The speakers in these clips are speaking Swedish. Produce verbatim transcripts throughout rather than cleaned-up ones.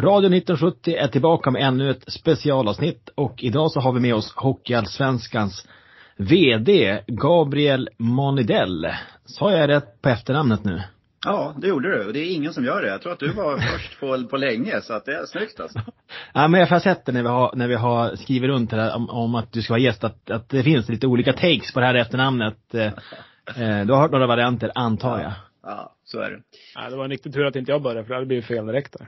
Radio nitton sjuttio är tillbaka med ännu ett specialavsnitt och idag så har vi med oss Hockeyallsvenskans vd Gabriel Monidell. Sa jag rätt på efternamnet nu? Ja, det gjorde du. Och det är ingen som gör det. Jag tror att du var först på, på länge, så att det är snyggt alltså. Ja, men jag har sett det när vi har, när vi har skrivit runt det här om, om att du ska vara gäst, att, att det finns lite olika takes på det här efternamnet. Eh, du har hört några varianter, antar jag. Ja, så är det. Ja, det var en riktigt tur att inte jag började, för det hade blivit fel direkt där.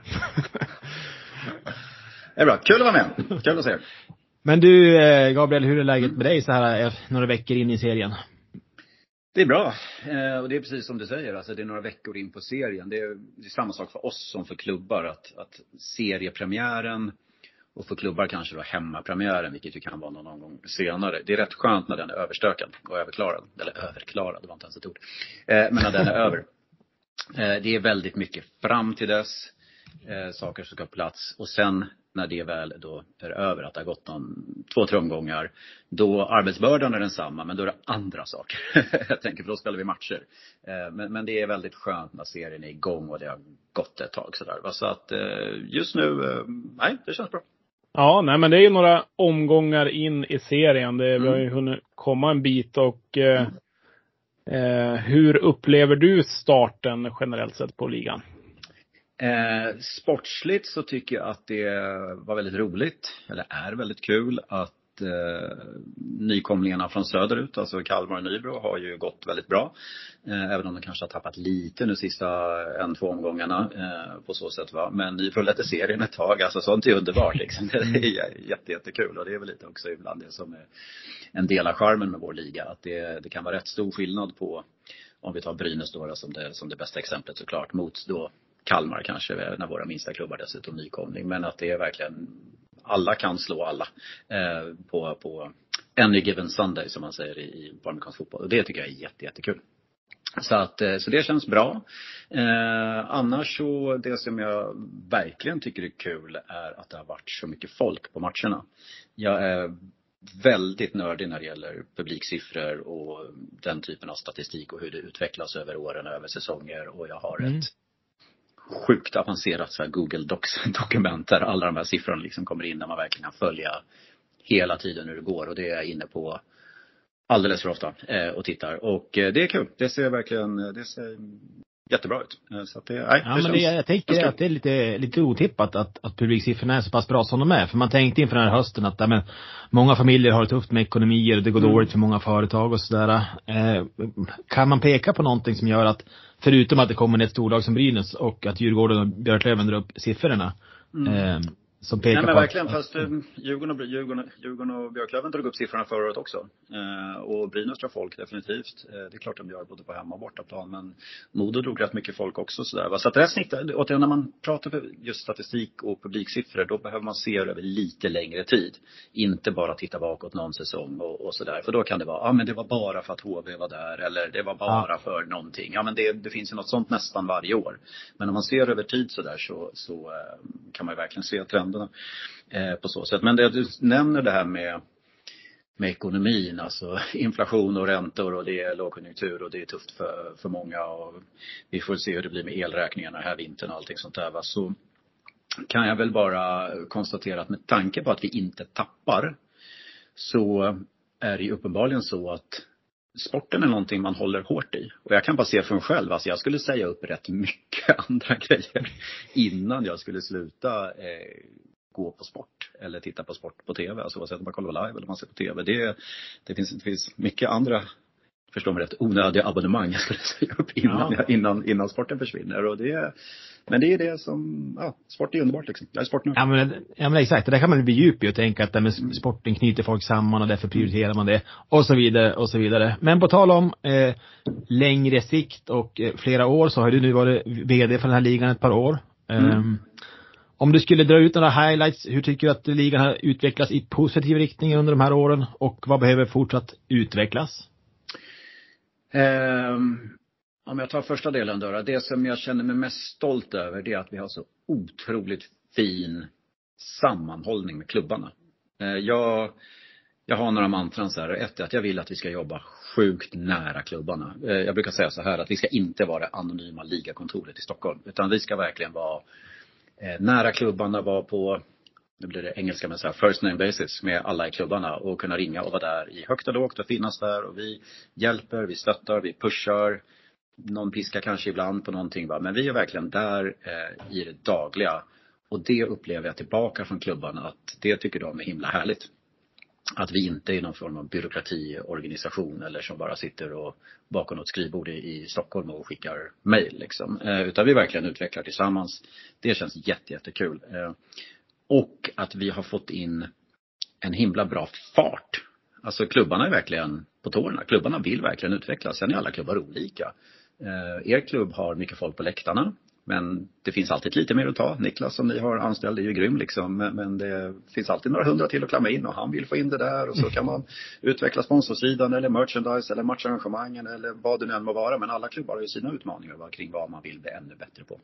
Det är bra, kul att vara med. Kul att se. Men du, Gabriel, hur är läget med dig så här några veckor in i serien? Det är bra, eh, och det är precis som du säger, alltså det är några veckor in på serien. Det är, det är samma sak för oss som för klubbar, att, att seriepremiären och för klubbar kanske då hemmapremiären, vilket ju kan vara någon gång senare. Det är rätt skönt när den är överstökad och överklarad, eller överklarad, det var inte ens ett ord. Eh, men när den är över. Eh, det är väldigt mycket fram till dess, eh, saker som ska på plats, och sen när det väl då är över, att det har gått någon, två, tre omgångar, då arbetsbördan är densamma, men då är det andra saker. Jag tänker, för då spelar vi matcher. Eh, men, men det är väldigt skönt när serien är igång och det har gått ett tag sådär. Så att eh, just nu, eh, nej, det känns bra. Ja, nej, men det är ju några omgångar in i serien. Det, mm. Vi har ju hunnit komma en bit och eh, eh, hur upplever du starten generellt sett på ligan? Eh, sportsligt så tycker jag att det var väldigt roligt, eller är väldigt kul, att eh, nykomlingarna från söderut, alltså Kalmar och Nybro, har ju gått väldigt bra. Eh, även om de kanske har tappat lite nu sista en, två omgångarna eh, på så sätt, va. Men Nybro ledde serien ett tag, alltså sånt är underbart liksom. Det är jätte, jättekul, och det är väl lite också ibland det som är en del av charmen med vår liga, att det, det kan vara rätt stor skillnad på, om vi tar Brynäs då som det, som det bästa exemplet såklart, mot då Kalmar kanske, när våra minsta klubbar dessutom nykomling. Men att det är verkligen, alla kan slå alla eh, på, på any given Sunday, som man säger i, i amerikansk fotboll. Och det tycker jag är jätte, jättekul. Så, att, så det känns bra. Eh, annars så, det som jag verkligen tycker är kul är att det har varit så mycket folk på matcherna. Jag är väldigt nördig när det gäller publiksiffror och den typen av statistik och hur det utvecklas över åren, över säsonger. Och jag har mm. ett sjukt avancerat så här Google Docs-dokument där alla de här siffrorna liksom kommer in, när man verkligen kan följa hela tiden hur det går. Och det är jag inne på alldeles för ofta eh, och tittar. Och eh, det är kul. Det ser verkligen, det ser jättebra ut. Eh, så att det, nej, ja, det men det, jag tänker att det är lite, lite otippat att, att publiksiffrorna är så pass bra som de är. För man tänkte inför den här hösten att ja, men, många familjer har det tufft med ekonomier och det går mm. dåligt för många företag och sådär. Eh, kan man peka på någonting som gör att, förutom att det kommer ett storlag som Brynäs och att Djurgården och Björklöven drar upp siffrorna, mm. eh, som pekar. Nej, men på verkligen, att, fast uh, Djurgården, och, Djurgården, Djurgården och Björklöven drog upp siffrorna förra året också. Uh, och Brynäs drar folk definitivt. Uh, det är klart de gör både på hemma och bortaplan. Men Modo drog rätt mycket folk också. Sådär, va? Så att det här snittar, och när man pratar för just statistik och publiksiffror, då behöver man se över lite längre tid. Inte bara titta bakåt någon säsong och, och sådär. För då kan det vara, ja ah, men det var bara för att H V var där. Eller det var bara ja. för någonting. Ja men det, det finns ju något sånt nästan varje år. Men om man ser över tid sådär så, så uh, kan man ju verkligen se trenderna. Eh, på så sätt. Men det du nämner det här med, med ekonomin, alltså inflation och räntor, och det är lågkonjunktur och det är tufft för, för många, och vi får se hur det blir med elräkningarna här vintern och allting sånt där, va? Så kan jag väl bara konstatera att med tanke på att vi inte tappar, så är det ju uppenbarligen så att sporten är någonting man håller hårt i. Och jag kan bara se för mig själv, alltså jag skulle säga upp rätt mycket andra grejer innan jag skulle sluta eh, gå på sport eller titta på sport på tv. Alltså oavsett om man kollar live eller man ser på tv. Det, det, finns, det finns mycket andra, förstår mig rätt, onödiga abonnemang jag skulle säga upp innan, ja. innan, innan sporten försvinner. Och det, men det är det som, ja, sport är underbart liksom. Jag är sportnörd. Ja men, ja men exakt, där kan man bli djup i och tänka att med sporten knyter folk samman och därför prioriterar man det. Och så vidare och så vidare. Men på tal om eh, längre sikt och eh, flera år, så har du nu varit vd för den här ligan ett par år. Mm. Um, Om du skulle dra ut några highlights, hur tycker du att ligan har utvecklats i positiv riktning under de här åren? Och vad behöver fortsatt utvecklas? Um, om jag tar första delen då. Det som jag känner mig mest stolt över, det är att vi har så otroligt fin sammanhållning med klubbarna. Uh, jag, jag har några mantran så här. Ett är att jag vill att vi ska jobba sjukt nära klubbarna. Uh, jag brukar säga så här, att vi ska inte vara anonyma ligakontoret i Stockholm. Utan vi ska verkligen vara eh, nära klubbarna, var på, nu blir det engelska men så här, first name basis med alla i klubbarna och kunna ringa och vara där i högt och lågt och finnas där, och vi hjälper, vi stöttar, vi pushar, någon piska kanske ibland på någonting, va? Men vi är verkligen där eh, i det dagliga, och det upplever jag tillbaka från klubbarna att det tycker de är himla härligt. Att vi inte är någon form av byråkratiorganisation eller som bara sitter och bakom något skrivbord i Stockholm och skickar mejl liksom. Eh, utan vi verkligen utvecklar tillsammans. Det känns jätte, jättekul. Eh, och att vi har fått in en himla bra fart. Alltså klubbarna är verkligen på tårna. Klubbarna vill verkligen utvecklas. Sen är alla klubbar olika. Eh, er klubb har mycket folk på läktarna. Men det finns alltid lite mer att ta. Niklas som ni har anställd är ju grym liksom. Men det finns alltid några hundra till att klämma in. Och han vill få in det där. Och så kan man utveckla sponsorsidan eller merchandise eller matcharrangemangen eller vad det nu än må vara. Men alla klubbar har ju sina utmaningar kring vad man vill bli ännu bättre på.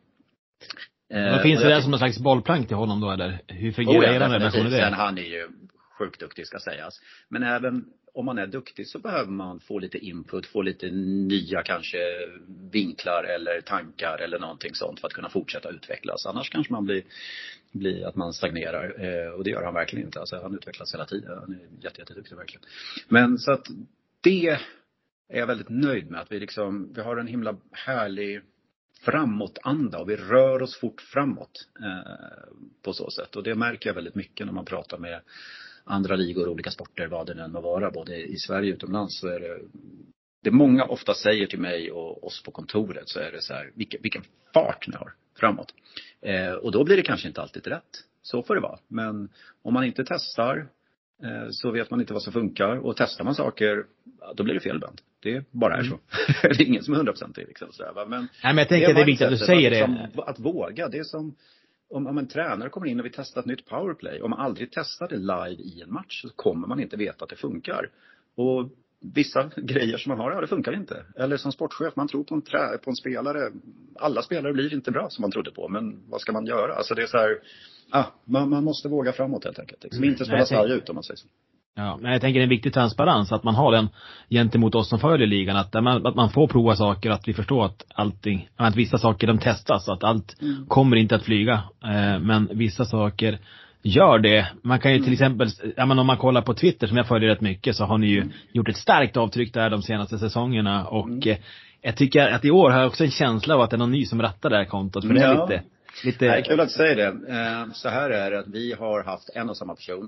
Vad finns det där som någon slags bollplank till honom då, eller? Hur fungerar oh, ja, er relation i det? Sen han är ju sjukt duktig ska sägas. Men även om man är duktig så behöver man få lite input, få lite nya kanske vinklar eller tankar eller någonting sånt för att kunna fortsätta utvecklas. Annars kanske man blir, blir att man stagnerar. Eh, och det gör han verkligen inte. Alltså, han utvecklas hela tiden. Han är jätte, jätteduktig verkligen. Men så att det är jag väldigt nöjd med. Att vi liksom, vi har en himla härlig framåtanda och vi rör oss fort framåt eh, på så sätt. Och det märker jag väldigt mycket när man pratar med andra ligor och olika sporter, vad det än må vara, både i Sverige och utomlands. Så är det, det många ofta säger till mig och oss på kontoret, så är det så här, vilken, vilken fart ni har framåt. Eh, och då blir det kanske inte alltid rätt. Så får det vara. Men om man inte testar eh, så vet man inte vad som funkar. Och testar man saker, då blir det fel ibland. Det bara är så. Mm. Det är ingen som är hundra procent i liksom sådär, va? Men, Nej, men jag tänker att det är viktigt att du säger det. Som, att våga, det är som om, om en tränare kommer in och vi testar ett nytt powerplay. Om man aldrig testar det live i en match så kommer man inte veta att det funkar. Och vissa grejer som man har, ja det funkar inte. Eller som sportchef, man tror på en, trä, på en spelare. Alla spelare blir inte bra som man trodde på. Men vad ska man göra? Alltså det är så här, ah, man, man måste våga framåt helt enkelt. Liksom. Inte spela sarg ut om man säger så. Ja, men jag tänker en viktig transparens, att man har den gentemot oss som följer ligan, att man, att man får prova saker, att vi förstår att allting, att vissa saker de testas, att allt mm. kommer inte att flyga, eh, men vissa saker gör det. Man kan ju till exempel, ja, men om man kollar på Twitter som jag följer rätt mycket, så har ni ju mm. gjort ett starkt avtryck där de senaste säsongerna, och mm. eh, jag tycker att i år har jag också en känsla av att det är någon ny som rattar det här kontot, för det är ja. lite, lite... Det är kul att säga det. Eh, så här är det att vi har haft en och samma person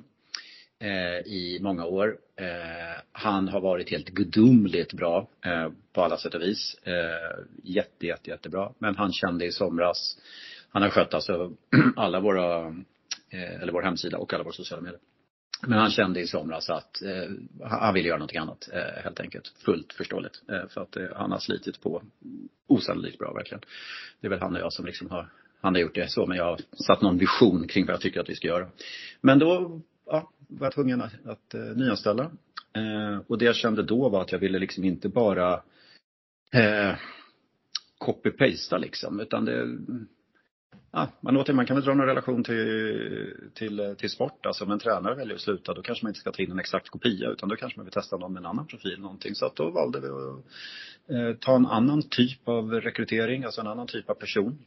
Eh, i många år. Eh, han har varit helt gudomligt bra eh, på alla sätt och vis. Eh, jätte, jätte, jättebra. Men han kände i somras, han har skött alltså alla våra, eh, eller vår hemsida och alla våra sociala medier. Men han kände i somras att eh, han ville göra något annat eh, helt enkelt. Fullt förståeligt. Eh, för att eh, han har slitit på osannolikt bra verkligen. Det är väl han och jag som liksom har, han har gjort det så, men jag har satt någon vision kring vad jag tycker att vi ska göra. Men då ja, var jag tvungen att, att uh, nyanställa. Uh, och det jag kände då var att jag ville liksom inte bara uh, copy-pasta liksom. Utan det, ja, man, låter, man kan väl dra någon relation till, till, till sport. Alltså om en tränare väljer att sluta, då kanske man inte ska ta in en exakt kopia. Utan då kanske man vill testa någon med en annan profil. Någonting. Så att då valde vi att uh, ta en annan typ av rekrytering. Alltså en annan typ av person.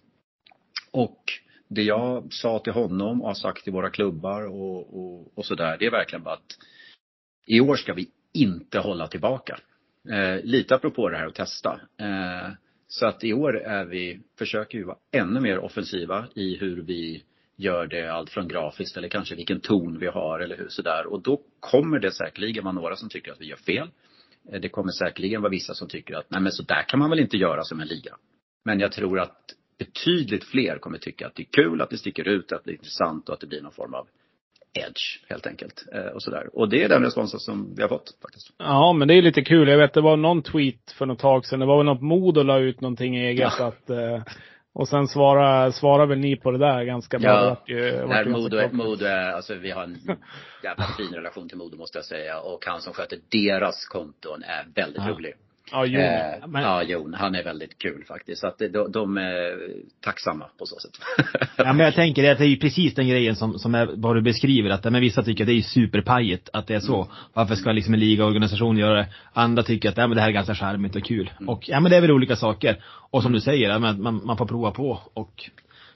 Och det jag sa till honom och har sagt till våra klubbar och, och, och sådär, det är verkligen bara att i år ska vi inte hålla tillbaka. Eh, lite apropå det här att testa. Eh, så att i år är vi, försöker vi vara ännu mer offensiva i hur vi gör det, allt från grafiskt eller kanske vilken ton vi har eller hur sådär. Och då kommer det säkerligen vara några som tycker att vi gör fel. Eh, det kommer säkerligen vara vissa som tycker att nej men så där kan man väl inte göra som en liga. Men jag tror att betydligt fler kommer tycka att det är kul, att det sticker ut, att det är intressant och att det blir någon form av edge helt enkelt. Eh, och sådär. Och det är den responsen som vi har fått faktiskt. Ja, men det är lite kul. Jag vet, det var någon tweet för något tag sedan. Det var väl något mod och la ut någonting eget. Ja. Att, eh, och sen svarar, svarar väl ni på det där ganska bra. Ja, vart ju, vart ju Modo, Modo är, alltså vi har en jävla fin relation till Modo måste jag säga. Och han som sköter deras konton är väldigt ja. rolig. Ja, Jon. Eh, men... Ja, Jon. Han är väldigt kul faktiskt. Så att de, de är tacksamma på så sätt. Ja, men jag tänker att det är ju precis den grejen som, som är, vad du beskriver. Att men vissa tycker att det är superpajet att det är så. Mm. Varför ska liksom en ligaorganisation göra det? Andra tycker att ja, men det här är ganska charmigt och kul. Mm. Och ja, men det är väl olika saker. Och som du säger, ja, men man, man får prova på. Och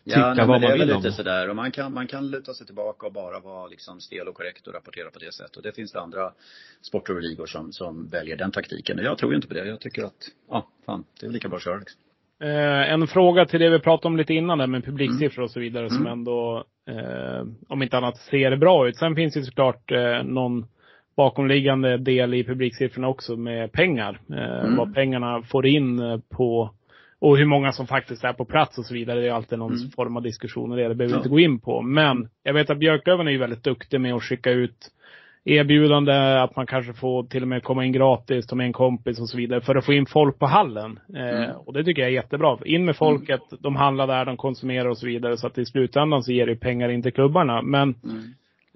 tycka ja, nej, vad men man vill det är väl om lite det. sådär. Och man kan, man kan luta sig tillbaka och bara vara liksom stel och korrekt och rapportera på det sättet. Och det finns det andra sporter och ligor som, som väljer den taktiken. Och jag tror inte på det. Jag tycker att, ja, fan, det är lika bra att köra liksom. Eh, en fråga till det vi pratade om lite innan där med publiksiffror och så vidare, Mm. som ändå, eh, om inte annat, ser bra ut. Sen finns det såklart eh, någon bakomliggande del i publiksiffrorna också med pengar. Eh, Mm. Vad pengarna får in eh, på, och hur många som faktiskt är på plats och så vidare. Det är alltid någon Mm. form av diskussioner det. Det behöver vi Ja. inte gå in på. Men jag vet att Björklöven är ju väldigt duktig med att skicka ut erbjudande, att man kanske får till och med komma in gratis, ta med en kompis och så vidare, för att få in folk på hallen. Eh, Mm. och det tycker jag är jättebra. In med folket, mm. de handlar där, de konsumerar och så vidare, så att i slutändan så ger det pengar in till klubbarna. Men Mm.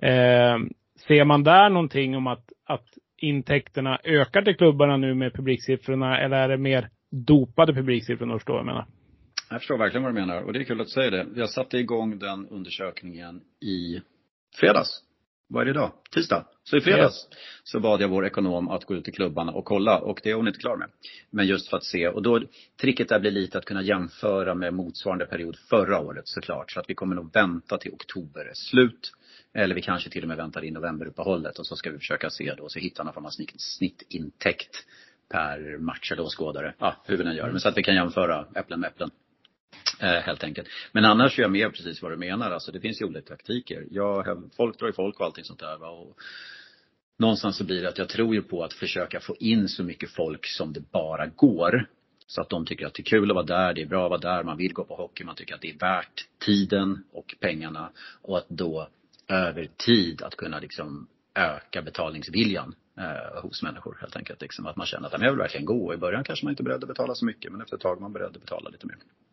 eh, ser man där någonting om att, att intäkterna ökar till klubbarna nu med publiksiffrorna, eller är det mer dopade publiksiffror, förstår jag menar? Jag förstår verkligen vad du menar. Och det är kul att säga det. Jag satte igång den undersökningen i fredags. Vad är det idag? Tisdag. Så i fredags yes. så bad jag vår ekonom att gå ut till klubbarna och kolla. Och det är hon inte klar med. Men just för att se. Och då, tricket där blir lite att kunna jämföra med motsvarande period förra året såklart. Så att vi kommer nog vänta till oktober är slut. Eller vi kanske till och med väntar in novemberuppehållet. Och så ska vi försöka se då. Så hitta någon form av snitt, snittintäkt per match eller åskådare. Ja, hur vi den gör. Men så att vi kan jämföra äpplen med äpplen. Eh, helt enkelt. Men annars är jag med precis vad du menar. Alltså det finns ju olika taktiker. Jag, folk drar ju folk och allting sånt där. Va? Och någonstans så blir det att jag tror ju på att försöka få in så mycket folk som det bara går. Så att de tycker att det är kul att vara där, det är bra att vara där, man vill gå på hockey, man tycker att det är värt tiden och pengarna. Och att då över tid att kunna liksom öka betalningsviljan eh, hos människor helt enkelt. Liksom, att man känner att jag vill verkligen gå. I början kanske man inte är beredd att betala så mycket, men efter ett tag är man beredd att betala lite mer.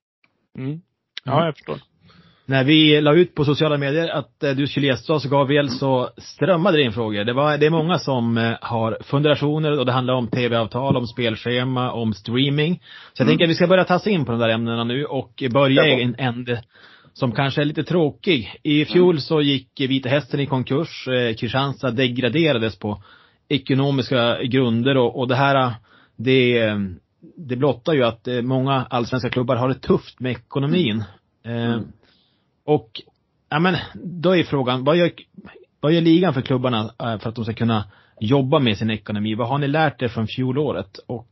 Mm. Ja, jag förstår. När vi la ut på sociala medier att eh, du skulle gästa oss, Gabriel, så strömmade det in frågor. Det, var, det är många som eh, har fundationer, och det handlar om tv-avtal, om spelschema, om streaming. Så jag mm. tänker att vi ska börja tassa in på de där ämnena nu och börja i en ände som kanske är lite tråkig. I fjol mm. så gick Vita Hästen i konkurs. Eh, Kristianstad degraderades på ekonomiska grunder, och, och det här, det, det blottar ju att eh, många allsvenska klubbar har det tufft med ekonomin. Eh, mm. Och ja, men då är frågan, vad gör, vad gör ligan för klubbarna för att de ska kunna jobba med sin ekonomi? Vad har ni lärt er från fjolåret? Och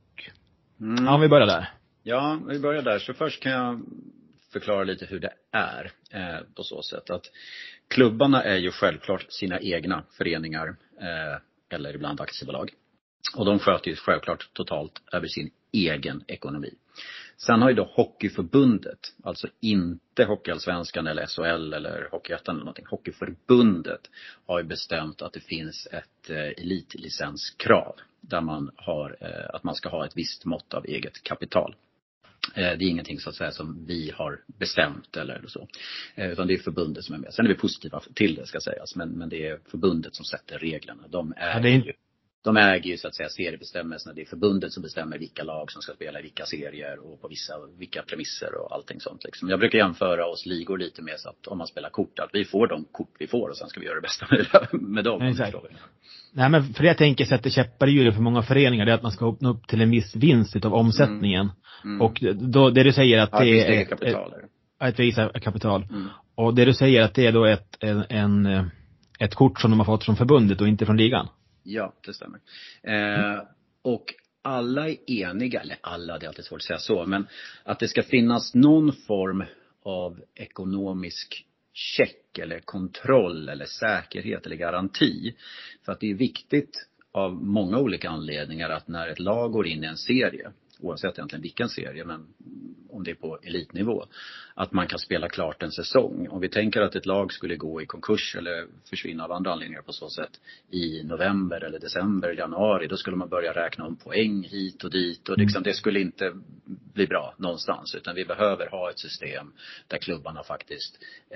mm. ja, vi börjar där. Ja, vi börjar där. Så först kan jag förklara lite hur det är eh, på så sätt att klubbarna är ju självklart sina egna föreningar eh, eller ibland aktiebolag. Och de sköter ju självklart totalt över sin egen ekonomi. Sen har ju då Hockeyförbundet, alltså inte Hockeyallsvenskan eller S H L eller Hockeyettan eller någonting. Hockeyförbundet har ju bestämt att det finns ett eh, elitlicenskrav där man har eh, att man ska ha ett visst mått av eget kapital. Eh, det är ingenting så att säga som vi har bestämt eller så. Eh, utan det är förbundet som är med. Sen är vi positiva till det ska sägas, men, men det är förbundet som sätter reglerna. De är, ja, det är ju De äger ju så att säga seriebestämmelserna. Det är förbundet som bestämmer vilka lag som ska spela i vilka serier och på vissa, vilka premisser och allting sånt liksom. Jag brukar jämföra oss ligor lite med så att om man spelar kort, att vi får de kort vi får och sen ska vi göra det bästa med, med dem. Exakt. Nej, men för det jag tänker sätta käppar i hjulet för många föreningar, det är att man ska öppna upp till en viss vinst av omsättningen. Mm. Mm. Och då, det du säger att ja, det är ett, kapital, ett, ett visa kapital. Mm. Och det du säger att det är då ett, en, en, ett kort som de har fått från förbundet och inte från ligan. Ja, det stämmer. Eh, och alla är eniga, eller alla, det är alltid svårt att säga så, men att det ska finnas någon form av ekonomisk check eller kontroll eller säkerhet eller garanti. För att det är viktigt av många olika anledningar att när ett lag går in i en serie, oavsett egentligen vilken serie, men om det är på elitnivå, att man kan spela klart en säsong. Om vi tänker att ett lag skulle gå i konkurs eller försvinna av andra anledningar på så sätt i november eller december, januari, då skulle man börja räkna om poäng hit och dit. Och liksom, det skulle inte bli bra någonstans, utan vi behöver ha ett system där klubbarna faktiskt,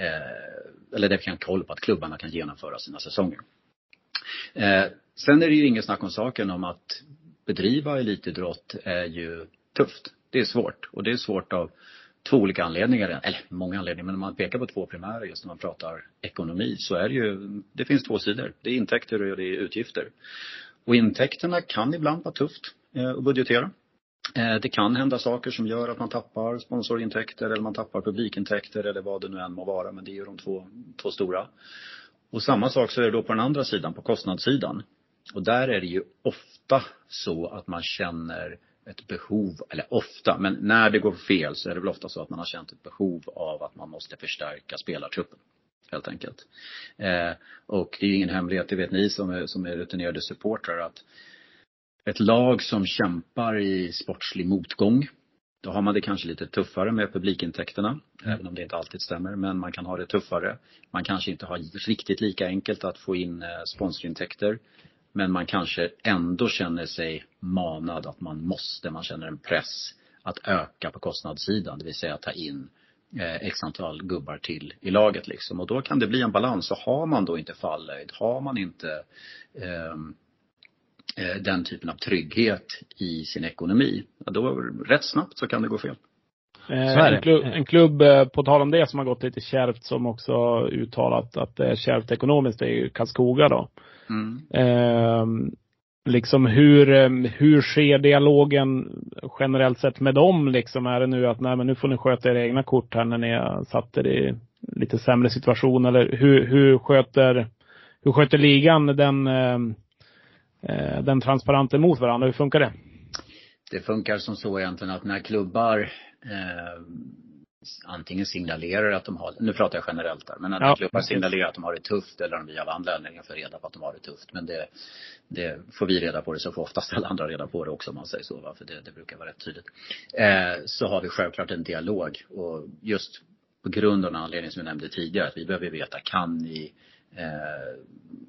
eh, eller där vi kan kolla på att klubbarna kan genomföra sina säsonger. Eh, sen är det ju ingen snack om saken om att bedriva elitidrott är ju tufft. Det är svårt. Och det är svårt av två olika anledningar. Eller många anledningar. Men om man pekar på två primära just när man pratar ekonomi, så är det ju, det finns två sidor. Det är intäkter och det är utgifter. Och intäkterna kan ibland vara tufft att budgetera. Det kan hända saker som gör att man tappar sponsorintäkter eller man tappar publikintäkter eller vad det nu än må vara. Men det är ju de två, två stora. Och samma sak så är det då på den andra sidan, på kostnadssidan. Och där är det ju ofta så att man känner ett behov, eller ofta, men när det går fel så är det väl ofta så att man har känt ett behov av att man måste förstärka spelartruppen. Helt enkelt. Eh, och det är ju ingen hemlighet, det vet ni som är, som är rutinerade supportrar, att ett lag som kämpar i sportslig motgång, då har man det kanske lite tuffare med publikintäkterna. Mm. Även om det inte alltid stämmer, men man kan ha det tuffare. Man kanske inte har riktigt lika enkelt att få in eh, sponsorintäkter. Men man kanske ändå känner sig manad att man måste, man känner en press att öka på kostnadssidan. Det vill säga att ta in eh, x antal gubbar till i laget liksom. Och då kan det bli en balans. Så har man då inte fallhöjd, har man inte eh, eh, den typen av trygghet i sin ekonomi, ja, då rätt snabbt så kan det gå fel. Eh, en, klubb, en klubb eh, på tal om det som har gått lite kärvt, som också uttalat att det är kärvt ekonomiskt, det är ju Karlskoga då. Mm. Eh, liksom hur, hur sker dialogen generellt sett med dem liksom? Är det nu att nej, men nu får ni sköta era egna kort här när ni har satt er i lite sämre situation, eller hur, hur sköter hur sköter ligan den eh, den transparenten mot varandra? Hur funkar det? Det funkar som så egentligen att när klubbar eh, antingen signalerar att de har, nu pratar jag generellt där, men när ja, klubbar signalerar att de har det tufft, eller om vi av andra anledningar får reda på att de har det tufft, men det, det får vi reda på det, så får oftast alla andra reda på det också, om man säger så, va? För det, det brukar vara rätt tydligt. Eh, så har vi självklart en dialog, och just på grund av den anledning som jag nämnde tidigare, att vi behöver veta, kan ni eh,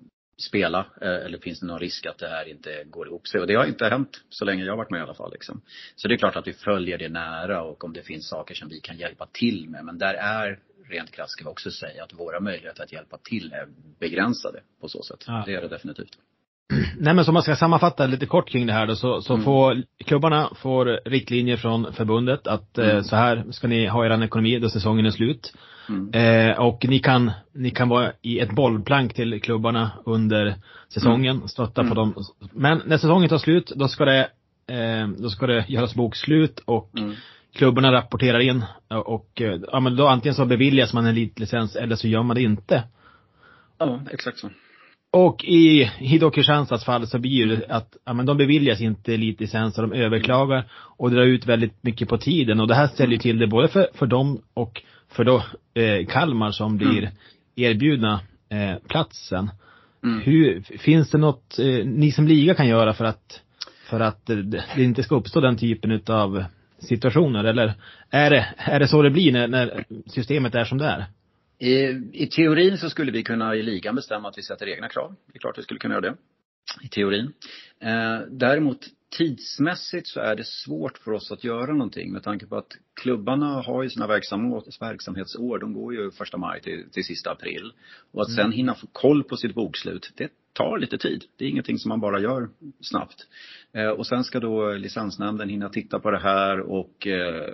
spela, eller finns det någon risk att det här inte går ihop sig? Och det har inte hänt så länge jag har varit med i alla fall liksom. Så det är klart att vi följer det nära, och om det finns saker som vi kan hjälpa till med, men där är rent krasst, ska vi också säga att våra möjligheter att hjälpa till är begränsade på så sätt. Ja. Det är det definitivt. Nej, men som man ska sammanfatta lite kort kring det här då, så, så mm. får klubbarna får riktlinjer från förbundet att mm. eh, så här ska ni ha er ekonomi då säsongen är slut. Mm. Eh, och ni kan, ni kan vara i ett bollplank till klubbarna under säsongen, mm. stötta mm. på dem. Men när säsongen tar slut, då ska det, eh, då ska det göras bokslut, och mm. klubbarna rapporterar in, och, och ja, men då antingen så beviljas man en elitlicens eller så gör man det inte. Ja, exakt så. Och i, i då Kristianstads fall så blir det att ja, men de beviljas inte elitlicenser, de överklagar och drar ut väldigt mycket på tiden. Och det här ställer ju till det både för, för dem och för då eh, Kalmar som blir mm. erbjudna eh, platsen. Mm. Hur, finns det något eh, ni som liga kan göra för att, för att eh, det inte ska uppstå den typen av situationer? Eller är det, är det så det blir när, när systemet är som det är? I, I teorin så skulle vi kunna i ligan bestämma att vi sätter egna krav. Det är klart vi skulle kunna göra det. I teorin. Eh, däremot tidsmässigt så är det svårt för oss att göra någonting. Med tanke på att klubbarna har ju sina verksamhetsår. De går ju första maj till, till sista april. Och att mm. sen hinna få koll på sitt bokslut, det tar lite tid. Det är ingenting som man bara gör snabbt. Eh, och sen ska då licensnämnden hinna titta på det här, och eh,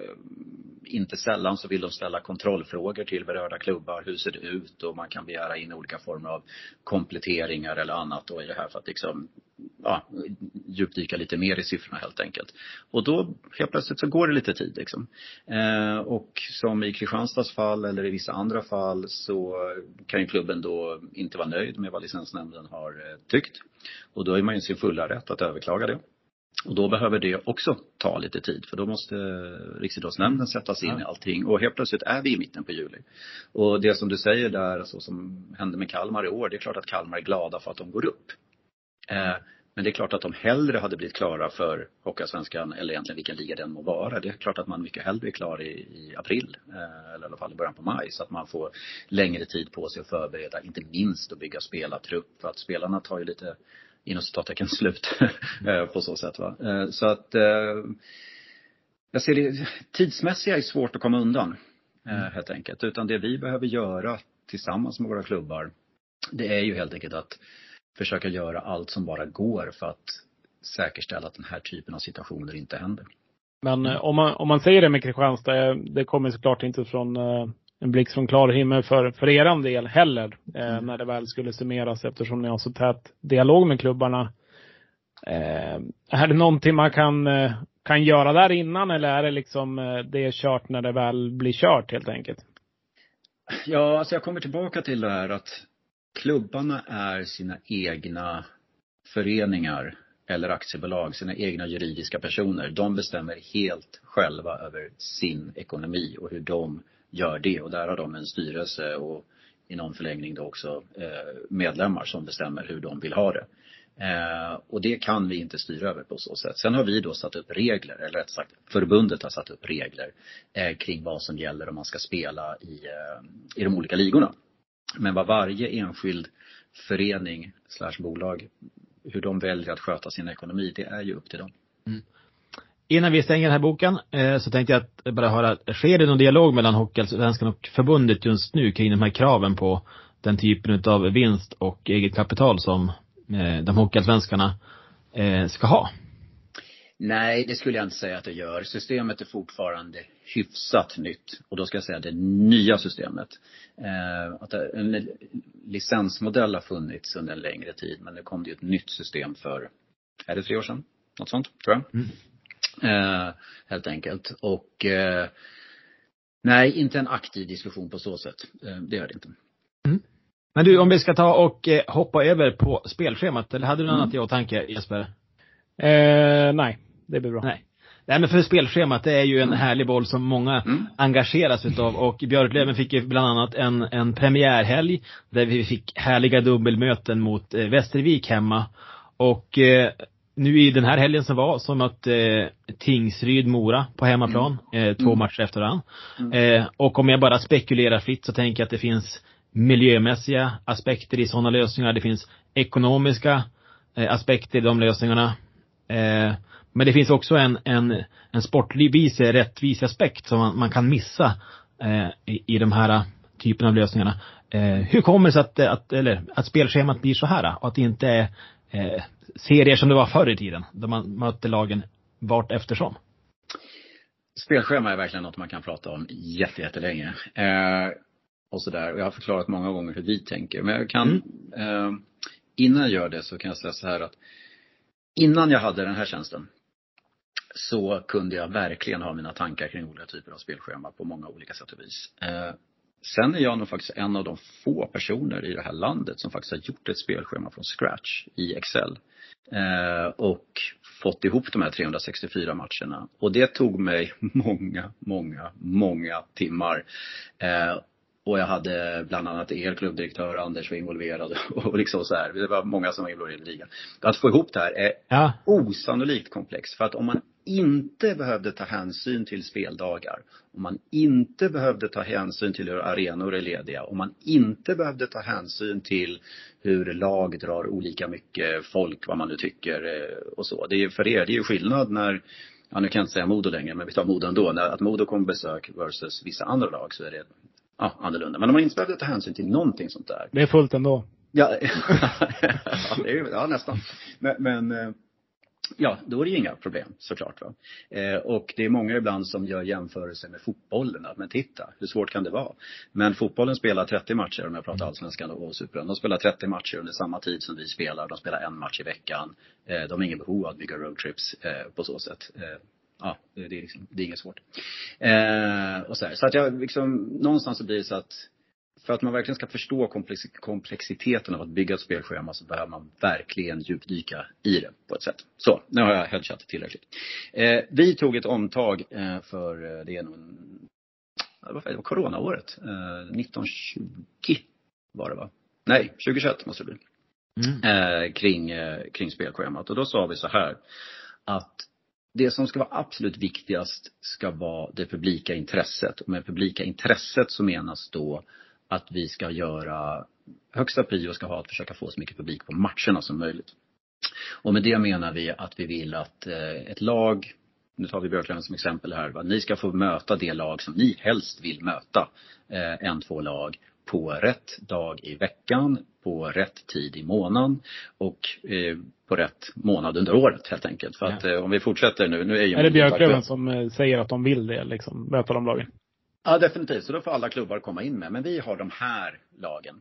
inte sällan så vill de ställa kontrollfrågor till berörda klubbar. Hur ser det ut? Och man kan begära in olika former av kompletteringar eller annat då i det här, för att liksom, ja, djupdyka lite mer i siffrorna helt enkelt. Och då helt plötsligt så går det lite tid liksom. Eh, och som i Kristianstads fall eller i vissa andra fall så kan ju klubben då inte vara nöjd med vad licensnämnden har eh, tyckt. Och då är man ju sin fulla rätt att överklaga det. Och då behöver det också ta lite tid. För då måste Riksidrottsnämnden sättas in i allting. Och helt plötsligt är vi i mitten på juli. Och det som du säger där, alltså, som hände med Kalmar i år. Det är klart att Kalmar är glada för att de går upp. Eh, men det är klart att de hellre hade blivit klara för Hockeyallsvenskan, eller egentligen vilken liga den må vara. Det är klart att man mycket hellre är klar i, i april. Eh, eller i alla fall i början på maj. Så att man får längre tid på sig att förbereda. Inte minst att bygga spelartrupp. För att spelarna tar ju lite... inom citattecken slut på så sätt, va. Så att jag ser det tidsmässiga är svårt att komma undan mm. helt enkelt. Utan det vi behöver göra tillsammans med våra klubbar, det är ju helt enkelt att försöka göra allt som bara går för att säkerställa att den här typen av situationer inte händer. Men mm. om man, om man säger det med Kristianstad, det kommer såklart inte från en blixt från klar himmel för, för eran del heller. Eh, mm. När det väl skulle summeras, eftersom ni har så tät dialog med klubbarna. Eh, är det någonting man kan, eh, kan göra där innan, eller är det liksom det är kört när det väl blir kört helt enkelt? Ja, alltså jag kommer tillbaka till det här att klubbarna är sina egna föreningar eller aktiebolag, sina egna juridiska personer. De bestämmer helt själva över sin ekonomi och hur de gör det. Och där har de en styrelse och i någon förlängning då också medlemmar som bestämmer hur de vill ha det. Eh, och det kan vi inte styra över på så sätt. Sen har vi då satt upp regler, eller rätt sagt förbundet har satt upp regler eh, kring vad som gäller om man ska spela i, eh, i de olika ligorna. Men vad varje enskild förening slash bolag, hur de väljer att sköta sin ekonomi, det är ju upp till dem. Mm. Innan vi stänger den här boken eh, så tänkte jag att bara höra, sker det någon dialog mellan Hockeyallsvenskan och förbundet just nu kring de här kraven på den typen av vinst och eget kapital som eh, de Hockeyallsvenskarna eh, ska ha? Nej, det skulle jag inte säga att det gör. Systemet är fortfarande hyfsat nytt. Och då ska jag säga det nya systemet. Eh, att en licensmodell har funnits under en längre tid. Men det kom det ju ett nytt system för, är det tre år sedan? Något sånt, tror jag. Mm. Eh, helt enkelt. Och eh, nej, inte en aktiv diskussion på så sätt. Eh, det gör det inte. Mm. Men du, om vi ska ta och eh, hoppa över på spelschemat. Eller hade du något mm. annat i åtanke, Jesper? Eh, nej, det blir bra. Nej. Nej, men för spelschemat, det är ju en mm. härlig boll som många mm. engageras utav. Och Björklöven fick ju bland annat en, en premiärhelg där vi fick härliga dubbelmöten mot eh, Västervik hemma. Och eh, nu i den här helgen som var som att eh, Tingsryd Mora på hemmaplan, mm. eh, två mm. matcher efter varandra. Mm. Eh, och om jag bara spekulerar fritt så tänker jag att det finns miljömässiga aspekter i sådana lösningar. Det finns ekonomiska eh, aspekter i de lösningarna. Eh, men det finns också en, en, en sportlig rättvis aspekt som man, man kan missa eh, i, i de här typen av lösningarna. Eh, hur kommer det sig att, att, eller, att spelschemat blir så här? Och att det inte är eh, serier som det var förr i tiden, då man mötte lagen vart eftersom? Spelschema är verkligen något man kan prata om jätte, jättelänge. Eh, och sådär. Jag har förklarat många gånger hur vi tänker. Men jag kan, mm. eh, innan jag gör det så kan jag säga så här att innan jag hade den här tjänsten så kunde jag verkligen ha mina tankar kring olika typer av spelschema på många olika sätt och vis. Eh, sen är jag nog faktiskt en av de få personer i det här landet som faktiskt har gjort ett spelschema från scratch i Excel. Eh, och fått ihop de här trehundrasextiofyra matcherna. Och det tog mig många, många, många timmar. Eh, Och jag hade bland annat er klubbdirektör Anders var involverad och liksom så här. Det var många som var involverade i ligan. Att få ihop det här är ja. osannolikt komplext. För att om man inte behövde ta hänsyn till speldagar, om man inte behövde ta hänsyn till hur arenor är lediga, om man inte behövde ta hänsyn till hur lag drar olika mycket folk, vad man nu tycker och så. Det är för er, det är ju skillnad när, ja nu kan jag inte säga Modo längre, men vi tar Modo ändå. När att Modo kommer besök versus vissa andra lag så är det ja, annorlunda. Men om man inte behöver ta hänsyn till någonting sånt där. Det är fullt ändå. Ja, ja, det är, ja nästan. Men, men ja, då är det ju inga problem såklart. Va? Eh, och det är många ibland som gör jämförelser med fotbollen. Men titta, hur svårt kan det vara? Men fotbollen spelar trettio matcher, om jag pratar allsvenskan och superettan. De spelar trettio matcher under samma tid som vi spelar. De spelar en match i veckan. Eh, de har ingen behov av att bygga roadtrips eh, på så sätt. Eh, Ja, det är, liksom, det är inget svårt. Eh, och så här. Så att jag liksom, någonstans så blir det så att för att man verkligen ska förstå komplex, komplexiteten av att bygga ett spelschema så behöver man verkligen djupdyka i det på ett sätt. Så, nu har jag headchattat tillräckligt. Eh, vi tog ett omtag eh, för det är nog en, vad var det, coronaåret. Eh, nitton tjugo var det va? Nej, tjugohundratjugoett måste det bli. Mm. Eh, kring, eh, kring spelschemat. Och då sa vi så här att det som ska vara absolut viktigast ska vara det publika intresset. Och med publika intresset så menas då att vi ska göra högsta prio ska ha att försöka få så mycket publik på matcherna som möjligt. Och med det menar vi att vi vill att eh, ett lag, nu tar vi Björklöven som exempel här, va? Ni ska få möta det lag som ni helst vill möta. Eh, en, två lag på rätt dag i veckan, på rätt tid i månaden och eh, på rätt månad under året helt enkelt. För att ja. eh, om vi fortsätter nu, nu är ju... Är det Björklöven som eh, säger att de vill det, liksom, möta de lagen? Ja, definitivt. Så då får alla klubbar komma in med. Men vi har de här lagen.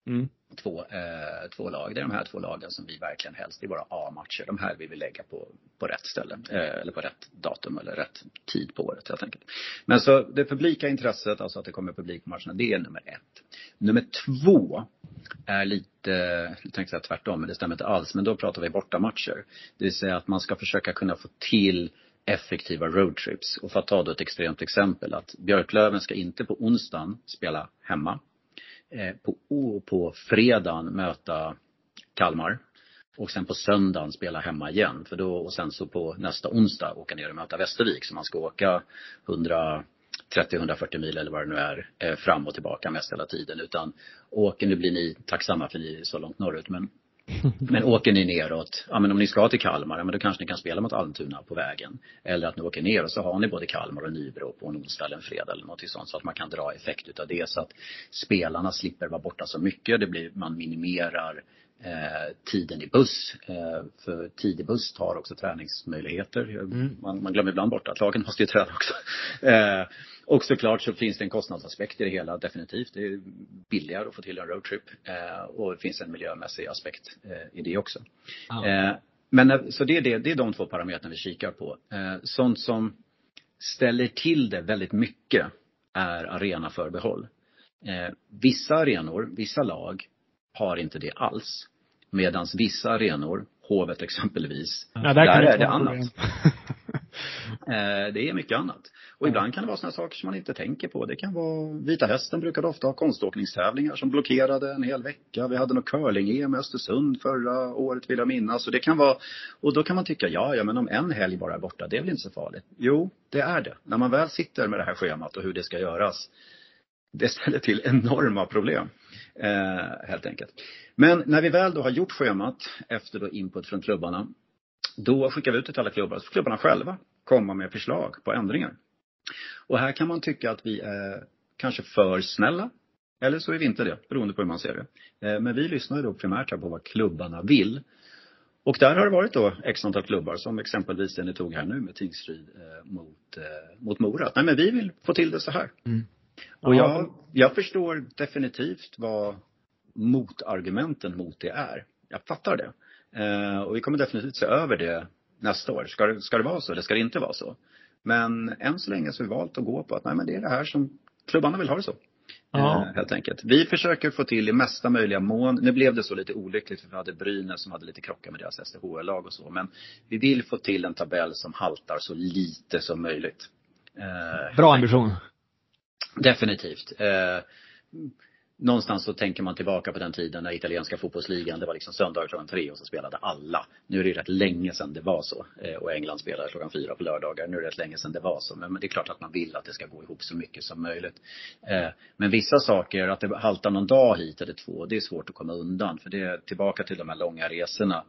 Mm. Två, eh, två lag. Det är de här två lagen som vi verkligen helst i våra A-matcher. De här vill vi lägga på, på rätt ställe. Eh, eller på rätt datum eller rätt tid på året helt enkelt. Men så det publika intresset, alltså att det kommer publik på matcherna, det är nummer ett. Nummer två är lite, jag tänkte säga tvärtom, men det stämmer inte alls. Men då pratar vi bortamatcher. Det vill säga att man ska försöka kunna få till effektiva roadtrips. Och för att ta då ett extremt exempel, att Björklöven ska inte på onsdagen spela hemma. På, på fredagen möta Kalmar. Och sen på söndagen spela hemma igen. För då, och sen så på nästa onsdag åka ner och möta Västervik. Så man ska åka hundratrettio till hundrafyrtio mil eller vad det nu är. Eh, fram och tillbaka mest hela tiden. Utan åker, nu blir ni tacksamma för ni är så långt norrut. Men, men åker ni neråt. Ja, men om ni ska till Kalmar. Ja, men då kanske ni kan spela mot Almtuna på vägen. Eller att ni åker ner och så har ni både Kalmar och Nybro på en onsdag eller en fredag eller något sånt. Så att man kan dra effekt utav det. Så att spelarna slipper vara borta så mycket. Det blir, man minimerar Eh, tiden i buss. Eh, för tid i buss tar också träningsmöjligheter. Mm. Man, man glömmer ibland bort att lagen måste ju träna också. Eh, och såklart så finns det en kostnadsaspekt i det hela, definitivt. Det är billigare att få till en roadtrip. Eh, och det finns en miljömässig aspekt eh, i det också. Ah. Eh, men så det är, det, det är de två parametrarna vi kikar på. Eh, sånt som ställer till det väldigt mycket är arenaförbehåll. Eh, vissa arenor, vissa lag har inte det alls. Medan vissa arenor, Hovet exempelvis, ja, där, där är det annat. eh, det är mycket annat. Och mm. ibland kan det vara sådana saker som man inte tänker på. Det kan vara, Vita Hästen brukade ofta ha konståkningstävlingar som blockerade en hel vecka. Vi hade något curling-E M i Östersund förra året, vill jag minnas. Och, det kan vara, och då kan man tycka, ja, ja men om en helg bara är borta, det är väl inte så farligt. Jo, det är det. När man väl sitter med det här schemat och hur det ska göras, det ställer till enorma problem. Eh, helt enkelt. Men när vi väl då har gjort schemat efter då input från klubbarna, då skickar vi ut det till alla klubbar. Så får klubbarna själva komma med förslag på ändringar. Och här kan man tycka att vi är kanske för snälla. Eller så är vi inte det, beroende på hur man ser det. Eh, men vi lyssnar ju då primärt på vad klubbarna vill. Och där har det varit då x antal klubbar, som exempelvis den ni tog här nu med Tingsryd eh, mot, eh, mot Mora. Nej, men vi vill få till det så här. Mm. Och jag, jag förstår definitivt vad motargumenten mot det är. Jag fattar det. Eh, och vi kommer definitivt se över det nästa år. Ska det, ska det vara så eller ska det inte vara så? Men än så länge så har vi valt att gå på att nej, men det är det här som klubbarna vill ha det så. Eh, helt enkelt. Vi försöker få till i mesta möjliga mån. Nu blev det så lite olyckligt för vi hade Brynäs som hade lite krockar med deras S D H L-lag och så. Men vi vill få till en tabell som haltar så lite som möjligt. Eh, Bra ambition. Definitivt. Eh, någonstans så tänker man tillbaka på den tiden när italienska fotbollsligan, det var liksom söndag klockan tre och så spelade alla. Nu är det rätt länge sedan det var så. Eh, och England spelade klockan fyra på lördagar. Nu är det rätt länge sedan det var så. Men, men det är klart att man vill att det ska gå ihop så mycket som möjligt. Eh, men vissa saker, att det haltar någon dag hit eller två, det är svårt att komma undan. För det är tillbaka till de här långa resorna.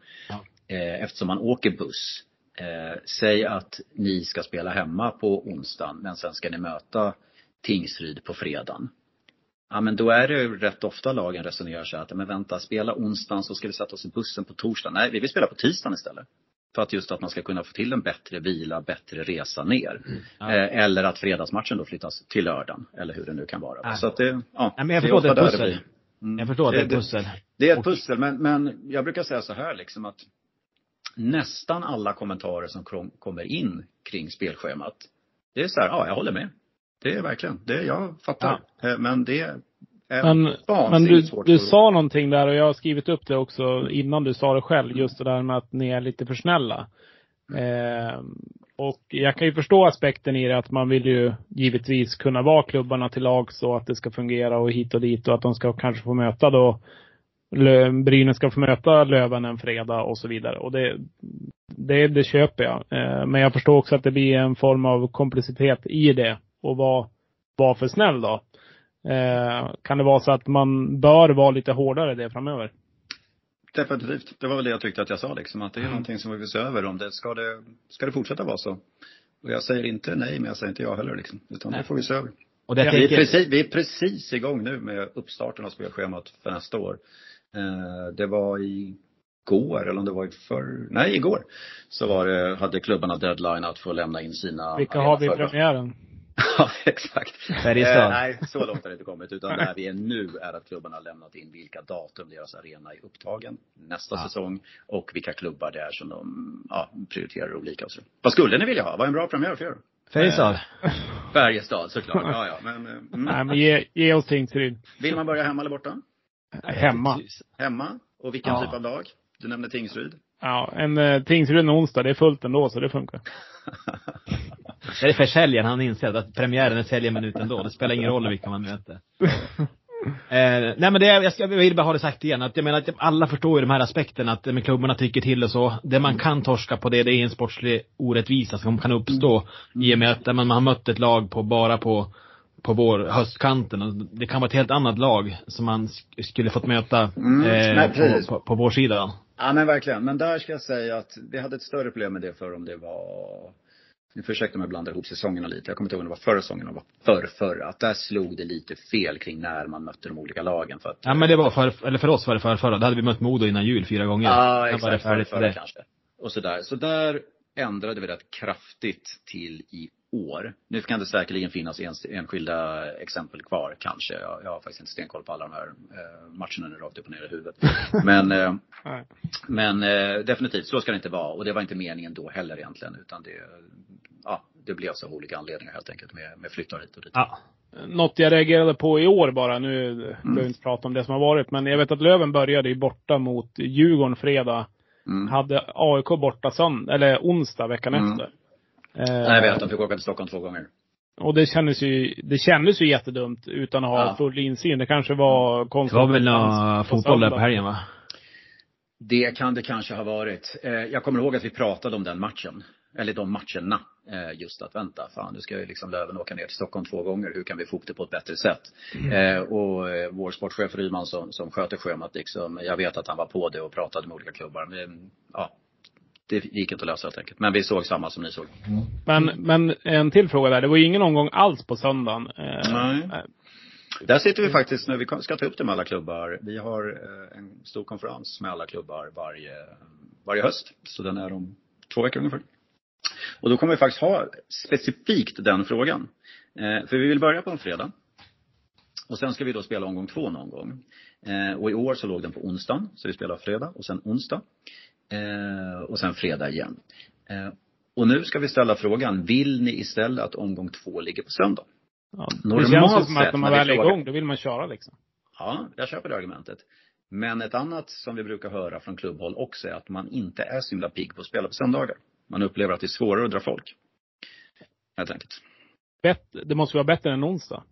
Eh, eftersom man åker buss. Eh, säg att ni ska spela hemma på onsdagen, men sen ska ni möta Tingsryd på fredagen. Ja, men då är det rätt ofta lagen resonerar så att men vänta, spela onsdagen så ska vi sätta oss i bussen på torsdagen. Nej, vi vill spela på tisdagen istället. För att just att man ska kunna få till en bättre vila, bättre resa ner. Mm. Ja. Eh, eller att fredagsmatchen då flyttas till lördagen. Eller hur det nu kan vara. Ja. Så att det, ja, ja, men jag förstår det är ett pussel. Mm. Jag förstår att det är ett pussel. Det, det är ett pussel, men, men jag brukar säga så här liksom att nästan alla kommentarer som kommer in kring spelschemat, det är så här, ja, jag håller med. Det är verkligen, det jag fattar. Ja. Men det är Men, men du, du sa någonting där och jag har skrivit upp det också innan du sa det själv. Just det där med att ni är lite för snälla. Eh, och jag kan ju förstå aspekten i det att man vill ju givetvis kunna vara klubbarna till lag så att det ska fungera och hit och dit. Och att de ska kanske få möta då, Brynäs ska få möta Löven en fredag och så vidare. Och det, det, det köper jag. Eh, men jag förstår också att det blir en form av komplicitet i det. Och vara var för snäll då. Eh, kan det vara så att man bör vara lite hårdare det framöver? Definitivt. Det var väl det jag tyckte att jag sa liksom. Att det är mm. någonting som vi vill se över. Om det ska, det, ska det fortsätta vara så? Och jag säger inte nej, men jag säger inte ja heller liksom. Utan nej. Det får vi se över. Och det ja, tänker... vi, är precis, vi är precis igång nu med uppstarten av spelschemat för nästa år. Eh, det var i går, eller om det var i för... Nej, igår. Så var det, hade klubbarna deadline att få lämna in sina... Vilka har vi i premiären? Ja, exakt. Färjestad. Eh, nej, så långt har det inte kommit. Utan där vi är nu är att klubbarna har lämnat in vilka datum deras arena är upptagen nästa ja. säsong. Och vilka klubbar det är som de ja, prioriterar olika. Och så. Vad skulle ni vilja ha? Vad är en bra premiär för er? Färjestad. Eh, Färjestad, såklart. Ja, ja. Men, mm. Nej, men ge, ge oss Tingsryd. Vill man börja hemma eller borta? Hemma. Hemma? Och vilken ja. typ av lag? Du nämnde Tingsryd. Ja, en uh, Tingsryd en onsdag. Det är fullt ändå, så det funkar. Det är för säljen han inser att premiären är säljminuten då. Det spelar ingen roll vilka man möter. eh, nej men det, jag, ska, jag vill bara ha det sagt igen. Att jag menar att alla förstår ju de här aspekterna. Att med klubbarna tycker till och så. Det man kan torska på det, det är en sportslig orättvisa som kan uppstå. Mm. I och med att man, man har mött ett lag på bara på på vår höstkanten. Och det kan vara ett helt annat lag som man sk- skulle fått möta mm. eh, nej, på, på, på vår sida. Ja men verkligen. Men där ska jag säga att vi hade ett större problem med det för om det var... Nu försökte man blanda ihop säsongerna lite. Jag kommer inte ihåg om det var förra säsongen och var förr, förra. Att där slog det lite fel kring när man mötte de olika lagen. För att, ja men det var för, eller för oss var det för förra. Då hade vi mött Modo innan jul fyra gånger. Ja exakt, för förra kanske. Och så där. Så där ändrade vi rätt kraftigt till i år. Nu kan det säkerligen finnas en, enskilda exempel kvar kanske. Jag, jag har faktiskt inte stenkoll på alla de här eh, matcherna rakt upp och ner i huvudet. Men, eh, men eh, definitivt så ska det inte vara. Och det var inte meningen då heller egentligen. Utan det, ja, det blev så av olika anledningar helt enkelt med, med flyttar hit och dit. Ja. Något jag reagerade på i år bara, nu mm. behöver vi inte prata om det som har varit. Men jag vet att Löven började ju borta mot Djurgården fredag. Mm. Hade A I K borta söndag, eller onsdag veckan mm. efter. Nej, jag vet att de fick åka till Stockholm två gånger. Och det kändes ju, det kändes ju jättedumt utan att ha ja. full insyn. Det kanske var konstigt. Det var väl någon fotboll där på helgen va? Det kan det kanske ha varit. Jag kommer ihåg att vi pratade om den matchen. Eller de matcherna. Just att vänta, fan nu ska ju liksom Löven åka ner till Stockholm två gånger. Hur kan vi få det på ett bättre sätt? Mm. Och vår sportchef Ryman som, som sköter schemat liksom. Jag vet att han var på det och pratade med olika klubbar. Men ja. Det gick inte att lösa helt enkelt. Men vi såg samma som ni såg. Mm. Men, men en till fråga där. Det var ju ingen omgång alls på söndagen. Nej. Eh, Där sitter vi faktiskt nu. Vi ska ta upp det med alla klubbar. Vi har en stor konferens med alla klubbar varje, varje höst. Så den är om två veckor ungefär. Och då kommer vi faktiskt ha specifikt den frågan. Eh, för vi vill börja på en fredag. Och sen ska vi då spela omgång två någon gång. Eh, och i år så låg den på onsdagen. Så vi spelar fredag och sen onsdag. Eh, och sen fredag igen. Eh, och nu ska vi ställa frågan. Vill ni istället att omgång två ligger på söndag? Ja, det känns som att när man väl är igång, då vill man köra liksom. Ja, jag köper det argumentet. Men ett annat som vi brukar höra från klubbhåll också är att man inte är så himla pigg på att spela på söndagar. Man upplever att det är svårare att dra folk. Helt enkelt. Det måste vara bättre än onsdag.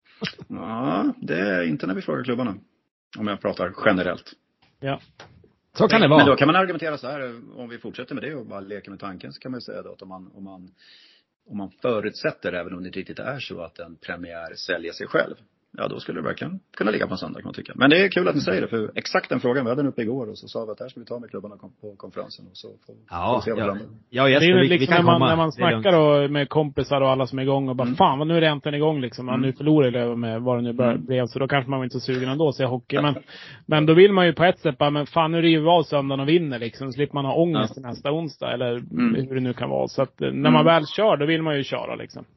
Ja, det är inte när vi frågar klubbarna. Om jag pratar generellt. Ja. Så kan det vara. Men då kan man argumentera så här. Om vi fortsätter med det och bara leker med tanken, så kan man säga då att om man, om man, om man förutsätter, även om det inte riktigt är så, att en premiär säljer sig själv. Ja, då skulle det verkligen kunna ligga på en söndag kan man tycka. Men det är kul att ni säger det, för exakt den frågan, vi hade den uppe igår och så sa vi att här ska vi ta med klubbarna på konferensen och så får ja, se vad ja, det ja, yes, det är ju vi, liksom vi kan när man, komma. när man snackar då med kompisar och alla som är igång och bara mm. fan vad nu är det äntligen igång liksom. Mm. Nu förlorar det med vad det nu bör, mm. blev, så då kanske man inte så sugen ändå att se hockey. Men, men då vill man ju på ett sätt bara, men fan nu river vi av söndagen och vinner liksom. Så slipper man ha ångest ja. nästa onsdag eller mm. hur det nu kan vara. Så att när man mm. väl kör, då vill man ju köra liksom.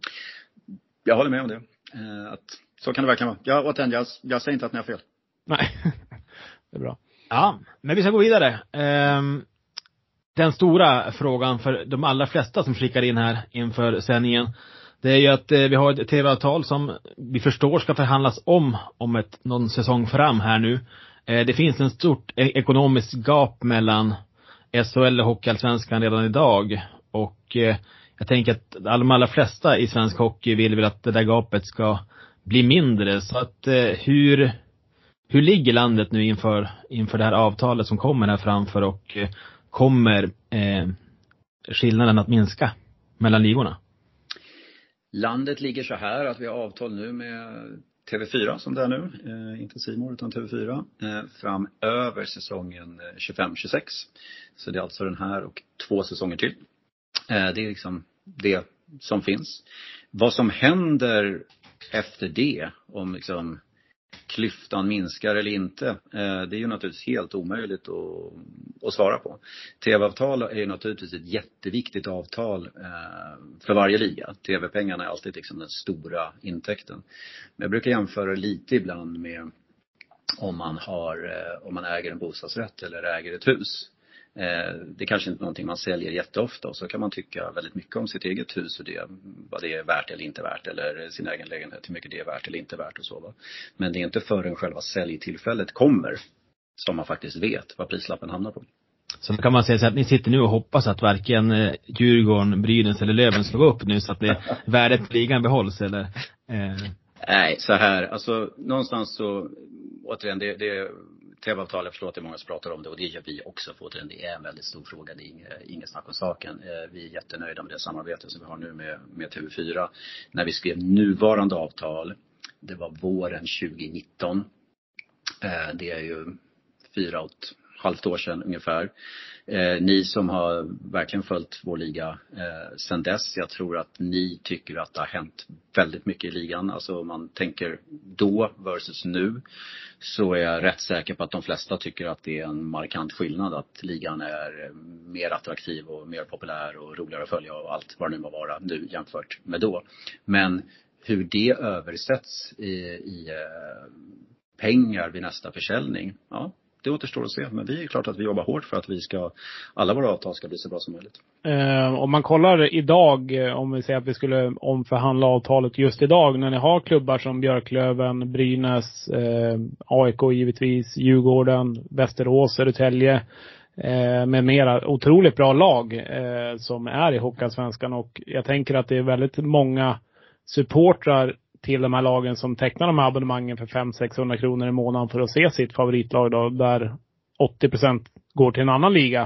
Jag håller med om det. Uh, att så kan det verkligen vara. Jag, återigen, jag, jag säger inte att ni har fel. Nej, det är bra. Ja, men vi ska gå vidare. Um, den stora frågan för de allra flesta som skickar in här inför sändningen, det är ju att eh, vi har ett tv-avtal som vi förstår ska förhandlas om om ett, någon säsong fram här nu. Eh, det finns en stort e- ekonomisk gap mellan S H L och Hockeyallsvenskan redan idag. Och eh, jag tänker att de allra flesta i svensk hockey vill väl att det där gapet ska bli mindre. Så att eh, hur hur ligger landet nu inför inför det här avtalet som kommer här framför, och eh, kommer eh, skillnaden att minska mellan ligorna? Landet ligger så här att vi har avtal nu med T V fyra som det är nu, eh, inte C More utan T V fyra, eh, fram över säsongen tjugofem tjugosex. Så det är alltså den här och två säsonger till. Eh, det är liksom det som finns. Vad som händer efter det, om liksom klyftan minskar eller inte, det är ju naturligtvis helt omöjligt att, att svara på. T V-avtal är ju naturligtvis ett jätteviktigt avtal för varje liga. T V-pengarna är alltid liksom den stora intäkten. Men jag brukar jämföra lite ibland med om man, har, om man äger en bostadsrätt eller äger ett hus. Det är kanske inte någonting man säljer jätteofta, och så kan man tycka väldigt mycket om sitt eget hus och det, vad det är värt eller inte värt, eller sin egen lägenhet, hur mycket det är värt eller inte värt och så. Va? Men det är inte förrän själva säljtillfället kommer som man faktiskt vet vad prislappen hamnar på. Så kan man säga så att ni sitter nu och hoppas att varken Djurgården, Brynäs eller Löven slår upp nu så att det värdet ligan behålls, eller? Eh. Nej, så här, alltså någonstans så, återigen, det, det T V-avtal, jag förstår att det är många som pratar om det, och det gör vi också, för återigen, det är en väldigt stor fråga, det är inget, inget snack om saken. Vi är jättenöjda med det samarbete som vi har nu med, med T V fyra. När vi skrev nuvarande avtal, det var våren tjugonitton, det är ju fyra och ett halvt år sedan ungefär. Eh, ni som har verkligen följt vår liga eh, sedan dess, jag tror att ni tycker att det har hänt väldigt mycket i ligan. Alltså om man tänker då versus nu, så är jag rätt säker på att de flesta tycker att det är en markant skillnad. Att ligan är mer attraktiv och mer populär och roligare att följa och allt vad det nu må vara nu jämfört med då. Men hur det översätts i, i eh, pengar vid nästa försäljning, ja, det återstår att se. Men vi är klart att vi jobbar hårt för att vi ska, alla våra avtal ska bli så bra som möjligt. Eh, om man kollar idag, om vi säger att vi skulle omförhandla avtalet just idag, när ni har klubbar som Björklöven, Brynäs, eh, A I K givetvis, Djurgården, Västerås, Södertälje eh, med mera otroligt bra lag eh, som är i Hockeyallsvenskan, och jag tänker att det är väldigt många supportrar till de här lagen som tecknar de här abonnemangen för fem till sexhundra kronor i månaden för att se sitt favoritlag då, där åttio procent går till en annan liga.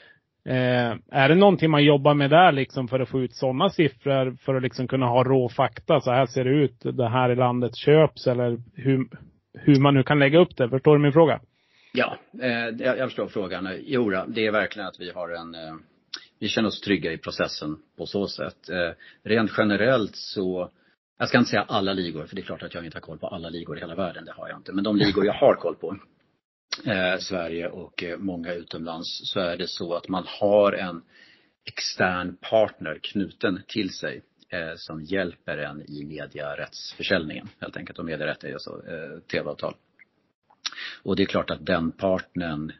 Eh, är det någonting man jobbar med där liksom för att få ut sådana siffror, för att liksom kunna ha rå fakta, så här ser det ut, det här i landet köps, eller hur, hur man nu kan lägga upp det? Förstår du min fråga? Ja, eh, jag, jag förstår frågan. Jo, det är verkligen att vi har en eh, vi känner oss trygga i processen på så sätt. Eh, rent generellt så, jag ska inte säga alla ligor, för det är klart att jag inte har koll på alla ligor i hela världen, det har jag inte. Men de ligor jag har koll på, eh, Sverige och eh, många utomlands, så är det så att man har en extern partner knuten till sig eh, som hjälper en i mediarättsförsäljningen. Helt enkelt, och mediarätt är ju så eh, T V-avtal. Och det är klart att den partnern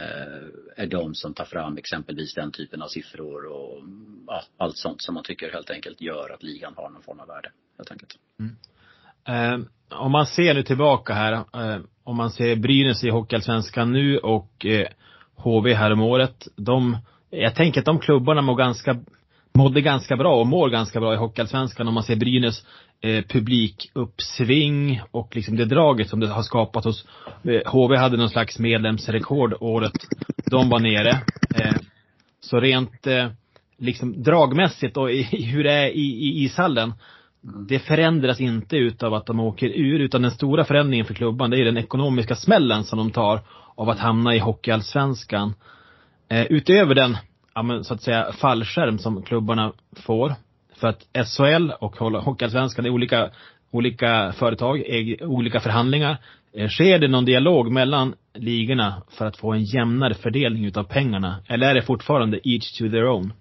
eh, är de som tar fram exempelvis den typen av siffror och ja, allt sånt som man tycker helt enkelt gör att ligan har någon form av värde. Helt enkelt. Mm. Eh, om man ser nu tillbaka här, eh, om man ser Brynäs i Hockeyallsvenskan nu och eh, H V här om året, de, jag tänker att de klubbarna mår ganska, mådde ganska bra och mår ganska bra i Hockeyallsvenskan. Om man ser Brynäs eh, publikuppsving och liksom det draget som det har skapat hos eh, H V hade någon slags medlemsrekord året de var nere. Eh, så rent eh, liksom dragmässigt och i, hur det är i, i ishallen, det förändras inte utav att de åker ur, utan den stora förändringen för klubban, det är den ekonomiska smällen som de tar av att hamna i Hockeyallsvenskan. Eh, utöver den, ja, men, så att säga, fallskärm som klubbarna får, för att S H L och Hockeyallsvenskan är olika, olika företag, olika förhandlingar. Eh, sker det någon dialog mellan ligorna för att få en jämnare fördelning utav pengarna, eller är det fortfarande each to their own?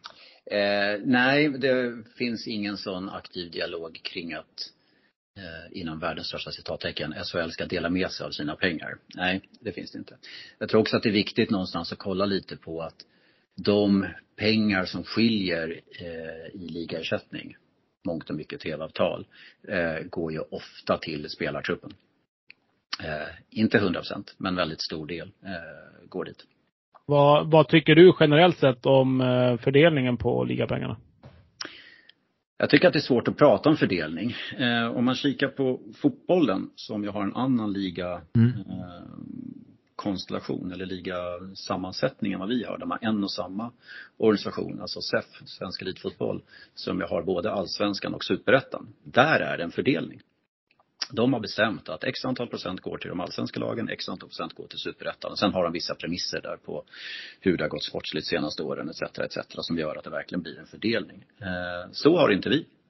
Eh, nej, det finns ingen sån aktiv dialog kring att eh, inom världens största citattecken S H L ska dela med sig av sina pengar. Nej, det finns det inte. Jag tror också att det är viktigt någonstans att kolla lite på att de pengar som skiljer eh, i ligaersättning, mångt och mycket T V-avtal, eh, går ju ofta till spelartruppen. Eh, inte hundra procent, men väldigt stor del eh, går dit. Vad, vad tycker du generellt sett om fördelningen på ligapengarna? Jag tycker att det är svårt att prata om fördelning. Eh, om man kikar på fotbollen, som jag har en annan liga mm. eh, konstellation eller ligasammansättning än vad vi har. De har en och samma organisation, alltså S E F, Svensk Elitfotboll, som jag har både Allsvenskan och Superettan. Där är det en fördelning. De har bestämt att x antal procent går till de allsvenska lagen, x antal procent går till Superettan. Och sen har de vissa premisser där på hur det har gått sportsligt senaste åren, et cetera, et cetera, som gör att det verkligen blir en fördelning. Eh, så har inte vi.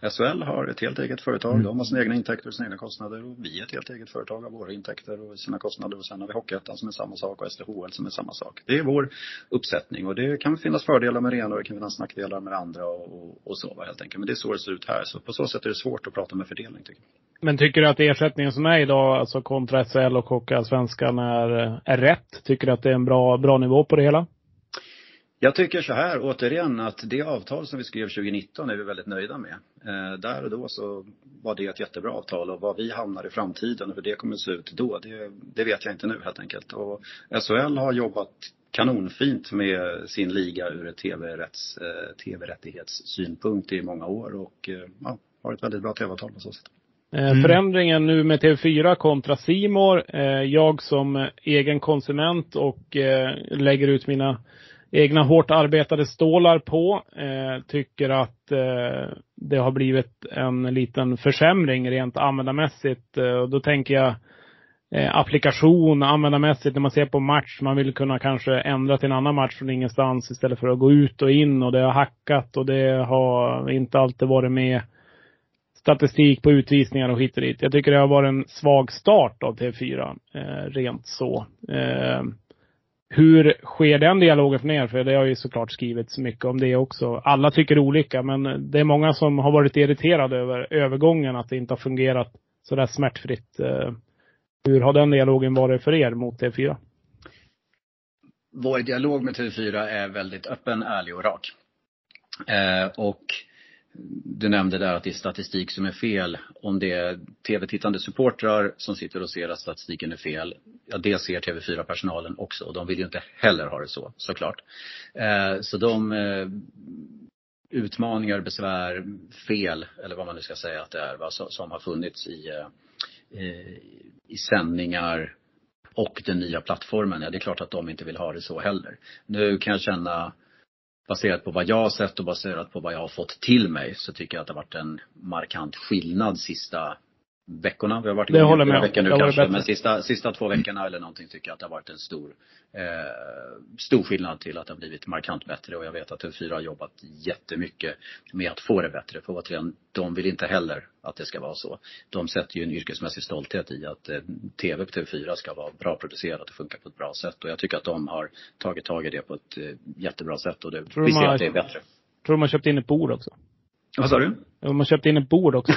S H L har ett helt eget företag. Mm. De har sina egna intäkter och sina egna kostnader. Och vi är ett helt eget företag har våra intäkter och sina kostnader. Och sen har vi Hockeyettan som är samma sak och S D H L som är samma sak. Det är vår uppsättning. Och det kan finnas fördelar med det ena och det kan finnas nackdelar med det andra och, och så helt enkelt. Men det är så det ser ut här. Så på så sätt är det svårt att prata med fördelning tycker jag. Men tycker du att ersättningen som är idag, alltså kontra S H L och Hockeyallsvenskan är, är rätt? Tycker du att det är en bra, bra nivå på det hela? Jag tycker så här, återigen, att det avtal som vi skrev tjugonitton är vi väldigt nöjda med. Eh, där och då så var det ett jättebra avtal och vad vi hamnar i framtiden och hur det kommer att se ut då, det, det vet jag inte nu helt enkelt. Och S H L har jobbat kanonfint med sin liga ur ett tv-rätts, eh, tv-rättighetssynpunkt i många år och eh, ja, har ett väldigt bra tv-avtal på så sätt. Mm. Förändringen nu med T V fyra kontra C More, eh, jag som egen konsument och eh, lägger ut mina egna hårt arbetade stålar på, eh, tycker att eh, det har blivit en liten försämring rent användarmässigt. Eh, och då tänker jag eh, applikation användarmässigt när man ser på match. Man vill kunna kanske ändra till en annan match från ingenstans istället för att gå ut och in. Och det har hackat och det har inte alltid varit med statistik på utvisningar och hit och dit. Jag tycker det har varit en svag start av T V fyra, eh, rent så. Eh, Hur sker den dialogen för er? För det har ju såklart skrivit så mycket om det också. Alla tycker olika, men det är många som har varit irriterade över övergången, att det inte har fungerat så där smärtfritt. Hur har den dialogen varit för er mot T V fyra? Vår dialog med T V fyra är väldigt öppen, ärlig och rak. Eh, och du nämnde där att det är statistik som är fel. Om det är tv-tittande supportrar som sitter och ser att statistiken är fel, ja, det ser T V fyra-personalen också. Och de vill ju inte heller ha det så, såklart. Eh, så de eh, utmaningar, besvär, fel, eller vad man nu ska säga att det är, va, som har funnits i, eh, i sändningar och den nya plattformen, ja, det är klart att de inte vill ha det så heller. Nu kan jag känna, baserat på vad jag har sett och baserat på vad jag har fått till mig, så tycker jag att det har varit en markant skillnad sista veckorna. Vi har varit igång några veckor nu kanske, men sista, sista två veckorna eller någonting tycker jag att det har varit en stor eh, stor skillnad till att det har blivit markant bättre. Och jag vet att T V fyra har jobbat jättemycket med att få det bättre. För återigen, de vill inte heller att det ska vara så. De sätter ju en yrkesmässig stolthet i att eh, tv på T V fyra ska vara bra producerat och funka på ett bra sätt. Och jag tycker att de har tagit tag i det på ett eh, jättebra sätt. Och det, vi ser att det är bättre. Tror de har köpt in ett bord också? Vad sa du? De har köpt in ett bord också.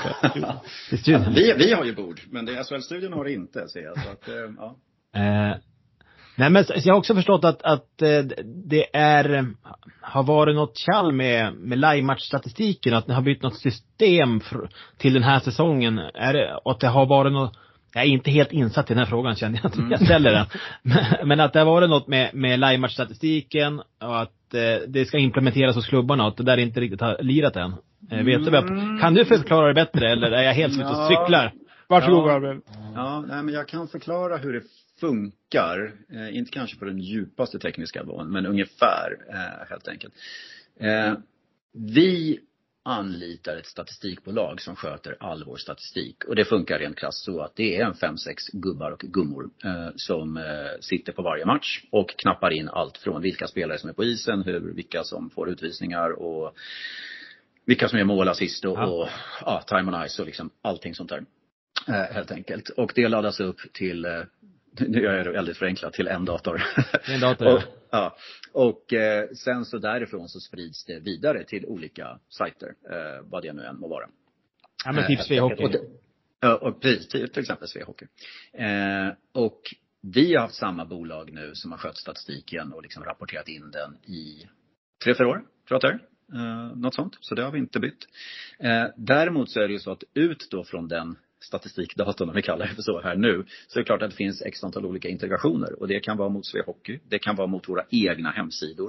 vi, vi har ju bord, men det S H L-studion har det inte, ser jag. Så att, eh, ja. Eh, nej, men jag har också förstått att, att eh, det är, har varit något kall med, med live-match-statistiken. Att ni har bytt något system för, till den här säsongen. Är det, och att det har varit något, jag är inte helt insatt i den här frågan, känner jag att jag ställer den. Men, men att det har varit något med, med live-match-statistiken och att eh, det ska implementeras hos klubbarna och att det där inte riktigt har lirat än. Eh, vet du, kan du förklara det bättre eller är jag helt slut och cyklar? Varsågod, ja, Gabriel. Ja, nej, men jag kan förklara hur det funkar. Eh, inte kanske på den djupaste tekniska nivån, men ungefär eh, helt enkelt. Eh, vi anlitar ett statistikbolag som sköter all vår statistik. Och det funkar rent krasst så att det är en fem, sex gubbar och gummor eh, som eh, sitter på varje match och knappar in allt från vilka spelare som är på isen, hur, vilka som får utvisningar och vilka som är mål, assist och, ja. och ja, time on ice och liksom allting sånt där. Eh, helt enkelt. Och det laddas upp till, eh, nu gör jag det väldigt förenklat, till en dator. En dator, och, ja. Och eh, sen så därifrån så sprids det vidare till olika sajter, eh, vad det nu än må vara. Ja, men typ Svehockey. Ja, och precis, till, till exempel Svehockey. Eh, och vi har haft samma bolag nu som har skött statistiken och liksom rapporterat in den i tre, fyra år, tror jag att det är. Uh, något sånt, så det har vi inte bytt. Uh, däremot så är det ju så att ut då från den statistikdatorn, om vi kallar det för så här nu, så är det klart att det finns x antal olika integrationer. Och det kan vara mot Svehockey, det kan vara mot våra egna hemsidor.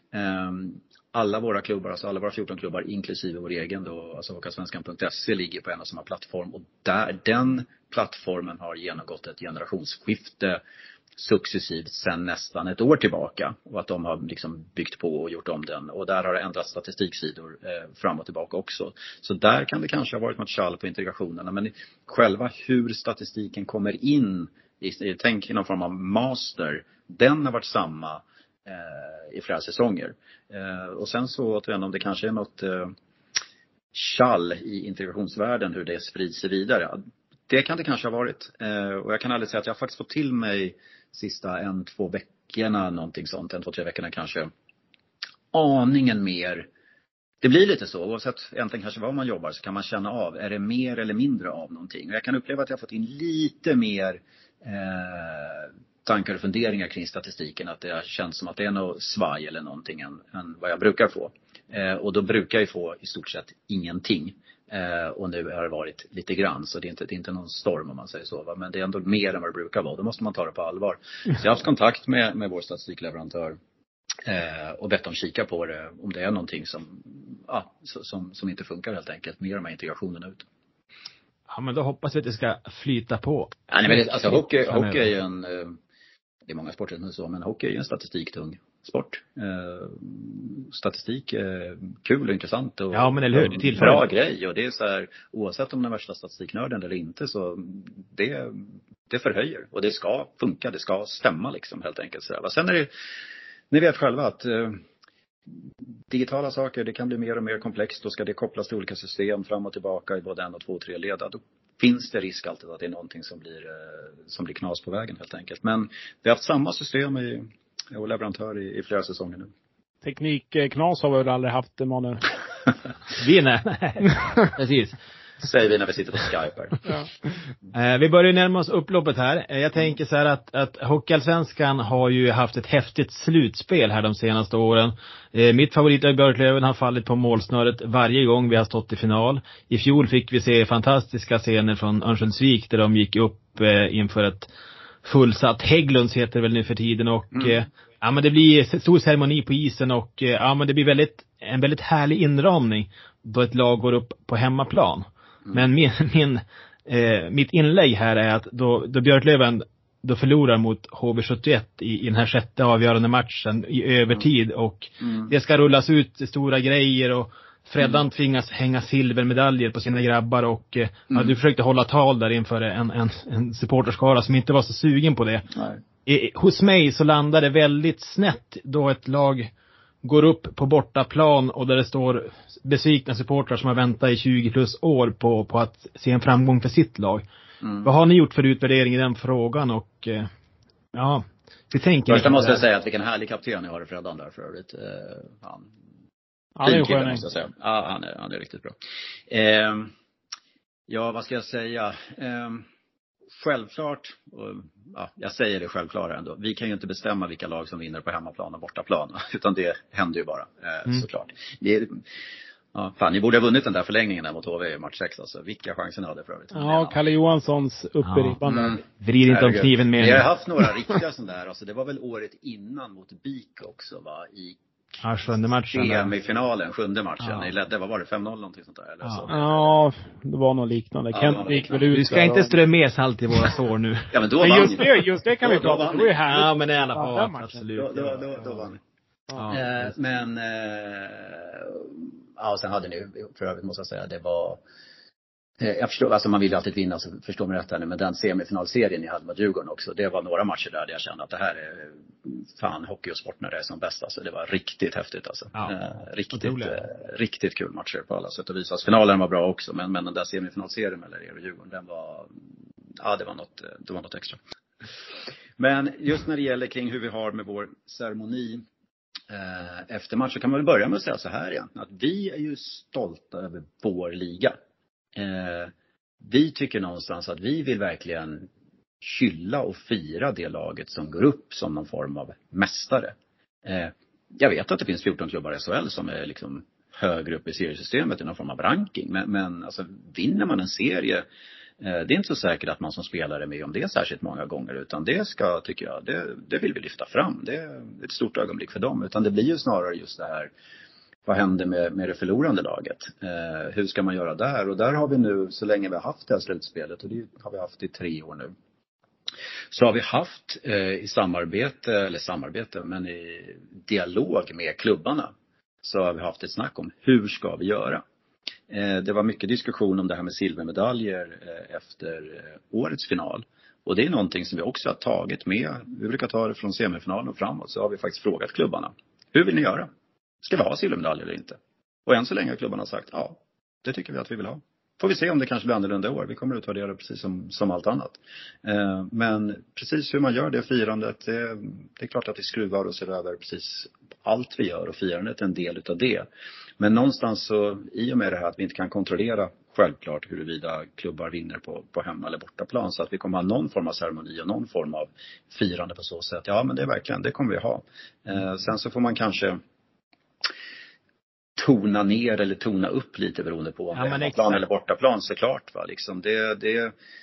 Um, alla våra klubbar, alltså alla våra fjorton klubbar, inklusive vår egen då, alltså Hockeyallsvenskan punkt se, ligger på en och samma plattform. Och där, den plattformen har genomgått ett generationsskifte successivt sedan nästan ett år tillbaka. Och att de har liksom byggt på och gjort om den. Och där har det ändrat statistiksidor eh, fram och tillbaka också. Så där kan det kanske ha varit något kall på integrationerna. Men själva hur statistiken kommer in, i, tänk i någon form av master, den har varit samma eh, i flera säsonger. Eh, och sen så återigen, om det kanske är något... Eh, kall i integrationsvärlden, hur det sprids sig vidare. Det kan det kanske ha varit. Och jag kan aldrig säga att jag har faktiskt fått till mig sista en, två veckorna, någonting sånt, en, två, tre veckorna kanske, aningen mer. Det blir lite så, oavsett egentligen kanske var man jobbar, så kan man känna av, är det mer eller mindre av någonting. Och jag kan uppleva att jag har fått in lite mer eh, tankar och funderingar kring statistiken. Att det känns som att det är något svaj eller någonting än, än vad jag brukar få. Eh, och då brukar jag få i stort sett ingenting. Eh, och nu har det varit lite grann, så det är inte, det är inte någon storm om man säger så. Va? Men det är ändå mer än vad det brukar vara, då måste man ta det på allvar. Så jag har haft kontakt med, med vår statistikleverantör. Eh, och bett dem kika på det, om det är någonting som, ja, som, som inte funkar helt enkelt med de här integrationerna ut. Ja, men då hoppas vi att det ska flyta på. Ja, nej, men alltså hockey, hockey är ju en, eh, det är många sporter som är så, men hockey är ju en statistiktung sport. Eh, statistik är kul och intressant och, ja, men eller hur, det är bra grej. Och det är så här, oavsett om den värsta statistiknörden eller inte, så det, det förhöjer. Och det ska funka, det ska stämma liksom helt enkelt. Så här. Sen är det, ni vet själva att eh, digitala saker, det kan bli mer och mer komplext. Då ska det kopplas till olika system fram och tillbaka i både en och två och tre led. Då finns det risk alltid att det är någonting som blir, eh, som blir knas på vägen helt enkelt. Men vi har haft samma system i, och leverantör i, i flera säsonger nu. Teknikknas har vi väl aldrig haft, Emanuel? Vi nej. Precis. Säger vi när vi sitter på Skype här. Ja. Eh, vi börjar närma oss upploppet här. Eh, jag tänker så här att, att Hockeyallsvenskan har ju haft ett häftigt slutspel här de senaste åren. Eh, mitt favoritlag Björklöven har fallit på målsnöret varje gång vi har stått i final. I fjol fick vi se fantastiska scener från Örnsköldsvik där de gick upp eh, inför ett fullsatt Hägglunds heter det väl nu för tiden. Och mm. eh, ja, men det blir stor ceremoni på isen och eh, ja, men det blir väldigt, en väldigt härlig inramning då ett lag går upp på hemmaplan. Men min, min, eh, mitt inlägg här är att då, då Björklöven då förlorar mot H V sjuttioett i, i den här sjätte avgörande matchen i övertid och mm. det ska rullas ut stora grejer och Freddan mm. tvingas hänga silvermedaljer på sina grabbar och eh, mm. ja, du försökte hålla tal där inför en, en, en supporterskara som inte var så sugen på det. I, hos mig så landar det väldigt snett då ett lag går upp på bortaplan och där det står besvikna supportrar som har väntat i tjugo plus år på, på att se en framgång för sitt lag. Mm. Vad har ni gjort för utvärdering i den frågan? Och eh, ja, vi tänker... Först måste jag säga att vilken härlig kapten jag har i Freddan där för övrigt. Eh, han, han är skön, måste jag säga. Ja, han är, han är riktigt bra. Eh, ja, vad ska jag säga? Eh, Självklart, och, ja, jag säger det självklart ändå. Vi kan ju inte bestämma vilka lag som vinner på hemmaplan och bortaplan. Utan det händer ju bara, eh, mm. såklart. Det, ja, fan, ni borde ha vunnit den där förlängningen där mot H V i match sex. Alltså. Vilka chanser ni hade för övrigt. Ja, Kalle Johanssons uppe ja. i ribban. Mm. Vrid inte om kniven med. Vi har haft några riktiga sådana där. Alltså, det var väl året innan mot BIK också, va? I ja, sjunde matchen. Semifinalen, sjunde matchen. Ja. Ni ledde, vad var det? fem noll någonting sånt där? Eller ja. så. ja, det var något liknande. Ja, Kent gick väl ut. Du ska inte strö med salt i våra sår nu. Ja, men då men vann just det, just det kan då, vi prata om. Det var ju härligt. Ja, men i alla fall. Absolut. Då, då, då, då vann ni. Ja. Eh, men, eh, ja, och sen hade ni, för övrigt måste jag säga, det var... Jag förstår, alltså man vill ju alltid vinna, så förstår mig rätt här nu. Men den semifinalserien ni hade med Djurgården också, det var några matcher där jag kände att det här är fan hockey och sport när det är som bäst. Alltså det var riktigt häftigt alltså. Ja, eh, riktigt, eh, riktigt kul matcher på alla sätt och vis. Alltså, finalen var bra också, men, men den där semifinalserien mellan er och Djurgården, den var, ja det var något, det var något extra. Men just när det gäller kring hur vi har med vår ceremoni eh, efter match, så kan man väl börja med att säga så här igen. Att vi är ju stolta över vår liga. Eh, vi tycker någonstans att vi vill verkligen hylla och fira det laget som går upp som någon form av mästare. Eh, jag vet att det finns fjorton klubbar i S H L som är liksom högre upp i seriesystemet i någon form av ranking. Men, men alltså, vinner man en serie, eh, det är inte så säkert att man som spelare är med om det särskilt många gånger. Utan det ska, tycker jag, det, det vill vi lyfta fram. Det är ett stort ögonblick för dem. Utan det blir ju snarare just det här. Vad händer med, med det förlorande laget? Eh, hur ska man göra där? Och där har vi nu, så länge vi har haft det här slutspelet, och det har vi haft i tre år nu. Så har vi haft eh, i samarbete, eller samarbete, men i dialog med klubbarna. Så har vi haft ett snack om hur ska vi göra? Eh, det var mycket diskussion om det här med silvermedaljer eh, efter eh, årets final. Och det är någonting som vi också har tagit med. Vi brukar ta det från semifinalen och framåt. Så har vi faktiskt frågat klubbarna. Hur vill ni göra? Ska vi ha silvermedalj eller inte? Och än så länge har klubbarna sagt, ja, det tycker vi att vi vill ha. Får vi se om det kanske blir annorlunda i år. Vi kommer att utvärdera det precis som, som allt annat. Eh, men precis hur man gör det firandet, det, det är klart att vi skruvar och ser över precis allt vi gör. Och firandet är en del utav det. Men någonstans så, i och med det här att vi inte kan kontrollera självklart huruvida klubbar vinner på, på hemma eller bortaplan. Så att vi kommer ha någon form av ceremoni och någon form av firande på så sätt. Ja, men det är verkligen, det kommer vi ha. Eh, sen så får man kanske tona ner eller tona upp lite beroende på om ja, det är hemmaplan eller bortaplan, såklart va. Liksom det, det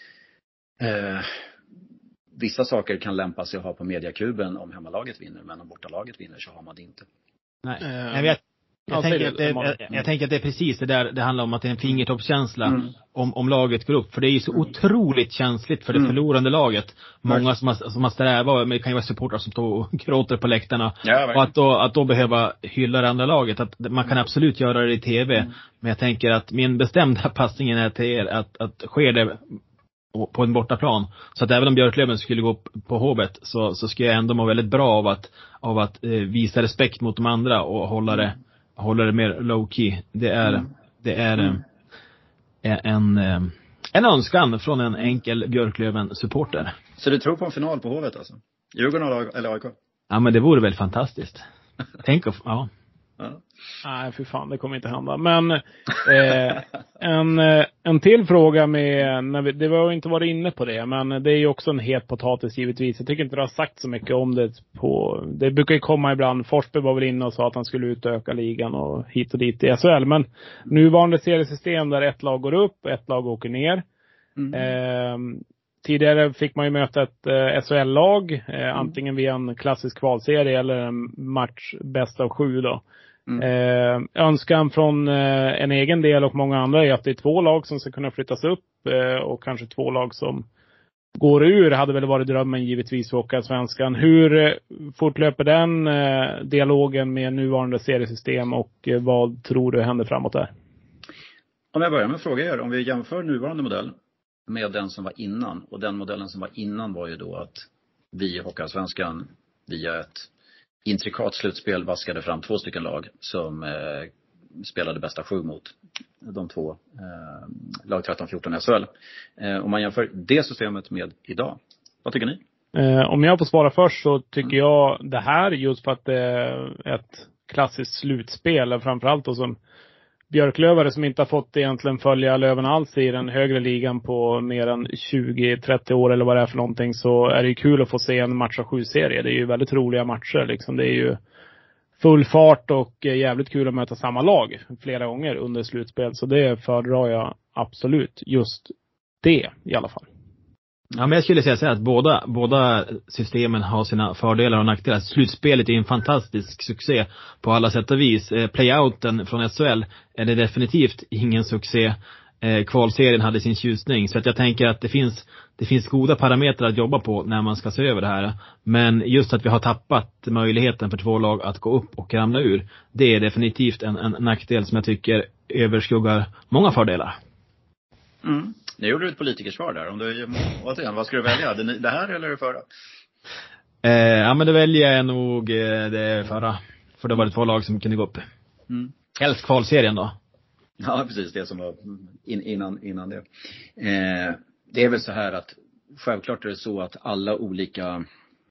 eh, vissa saker kan lämpa sig att ha på mediakuben om hemmalaget vinner, men om bortalaget vinner så har man det inte. Nej, jag vet. Jag, ja, tänker att det, jag, jag tänker att det är precis det där det handlar om, att det är en fingertoppskänsla mm. om, om laget går upp. För det är ju så mm. otroligt känsligt för det förlorande laget. Många som har, som har strävat, men det kan ju vara supportrar som står och gråter på läktarna. Ja, och att då, att då behöva hylla det andra laget. Att man kan absolut göra det i tv. Mm. Men jag tänker att min bestämda passningen är till er att, att sker det på en bortaplan. Så att även om Björklöven skulle gå upp på Hovet så, så skulle jag ändå må väldigt bra av att, av att eh, visa respekt mot de andra och hålla det håller det mer low key. Det är mm. det är mm. en en önskan från en enkel Björklöven supporter. Så du tror på en final på Hovet alltså? Djurgården eller A I K? Ja, men det vore väl fantastiskt. Tänk och ja. Ja. Nej, för fan, det kommer inte hända. Men eh, en, en till fråga med, när vi, det var inte varit inne på det, men det är ju också en het potatis givetvis. Jag tycker inte du har sagt så mycket om det på, det brukar ju komma ibland. Forsberg var väl inne och sa att han skulle utöka ligan och hit och dit i S H L. Men nuvarande seriesystem där ett lag går upp, ett lag åker ner. Mm. Eh, tidigare fick man ju möta ett eh, S H L-lag, eh, mm. antingen via en klassisk kvalserie eller en match bäst av sju då. Mm. Eh, önskan från eh, en egen del och många andra är att det är två lag som ska kunna flyttas upp eh, och kanske två lag som går ur. Hade väl varit drömmen givetvis för Hockeyallsvenskan. Hur eh, fortlöper den eh, dialogen med nuvarande seriesystem och eh, vad tror du händer framåt där? Om jag börjar med att fråga er, om vi jämför nuvarande modell med den som var innan, och den modellen som var innan var ju då att vi i Hockeyallsvenskan via ett intrikat slutspel vaskade fram två stycken lag som eh, spelade bästa sju mot de två eh, lag tretton fjorton S H L. Eh, om man jämför det systemet med idag, vad tycker ni? Eh, om jag får svara först så tycker mm. jag det här, just för att det är ett klassiskt slutspel, framförallt då som Björklövare som inte har fått egentligen följa Löven alls i den högre ligan på mer än tjugo trettio år eller vad det är för någonting, så är det ju kul att få se en match av sju-serie. Det är ju väldigt roliga matcher liksom. Det är ju full fart och jävligt kul att möta samma lag flera gånger under slutspel. Så det föredrar jag absolut, just det i alla fall. Ja, men jag skulle säga så här att båda, båda systemen har sina fördelar och nackdelar. Slutspelet är en fantastisk succé på alla sätt och vis. Eh, playouten från S H L är det definitivt ingen succé. Eh, kvalserien hade sin tjusning. Så att jag tänker att det finns, det finns goda parametrar att jobba på när man ska se över det här. Men just att vi har tappat möjligheten för två lag att gå upp och ramla ur, det är definitivt en, en nackdel som jag tycker överskuggar många fördelar. Mm. Nu gjorde du ett politikersvar där. Om du, återigen, vad ska du välja? Det, det här eller det förra? Eh, ja, men då väljer jag nog eh, det förra. För det var det två lag som kunde gå upp. Mm. Helst kvalserien då. Ja, precis. Det som var in, innan, innan det. Eh, det är väl så här att självklart är det så att alla olika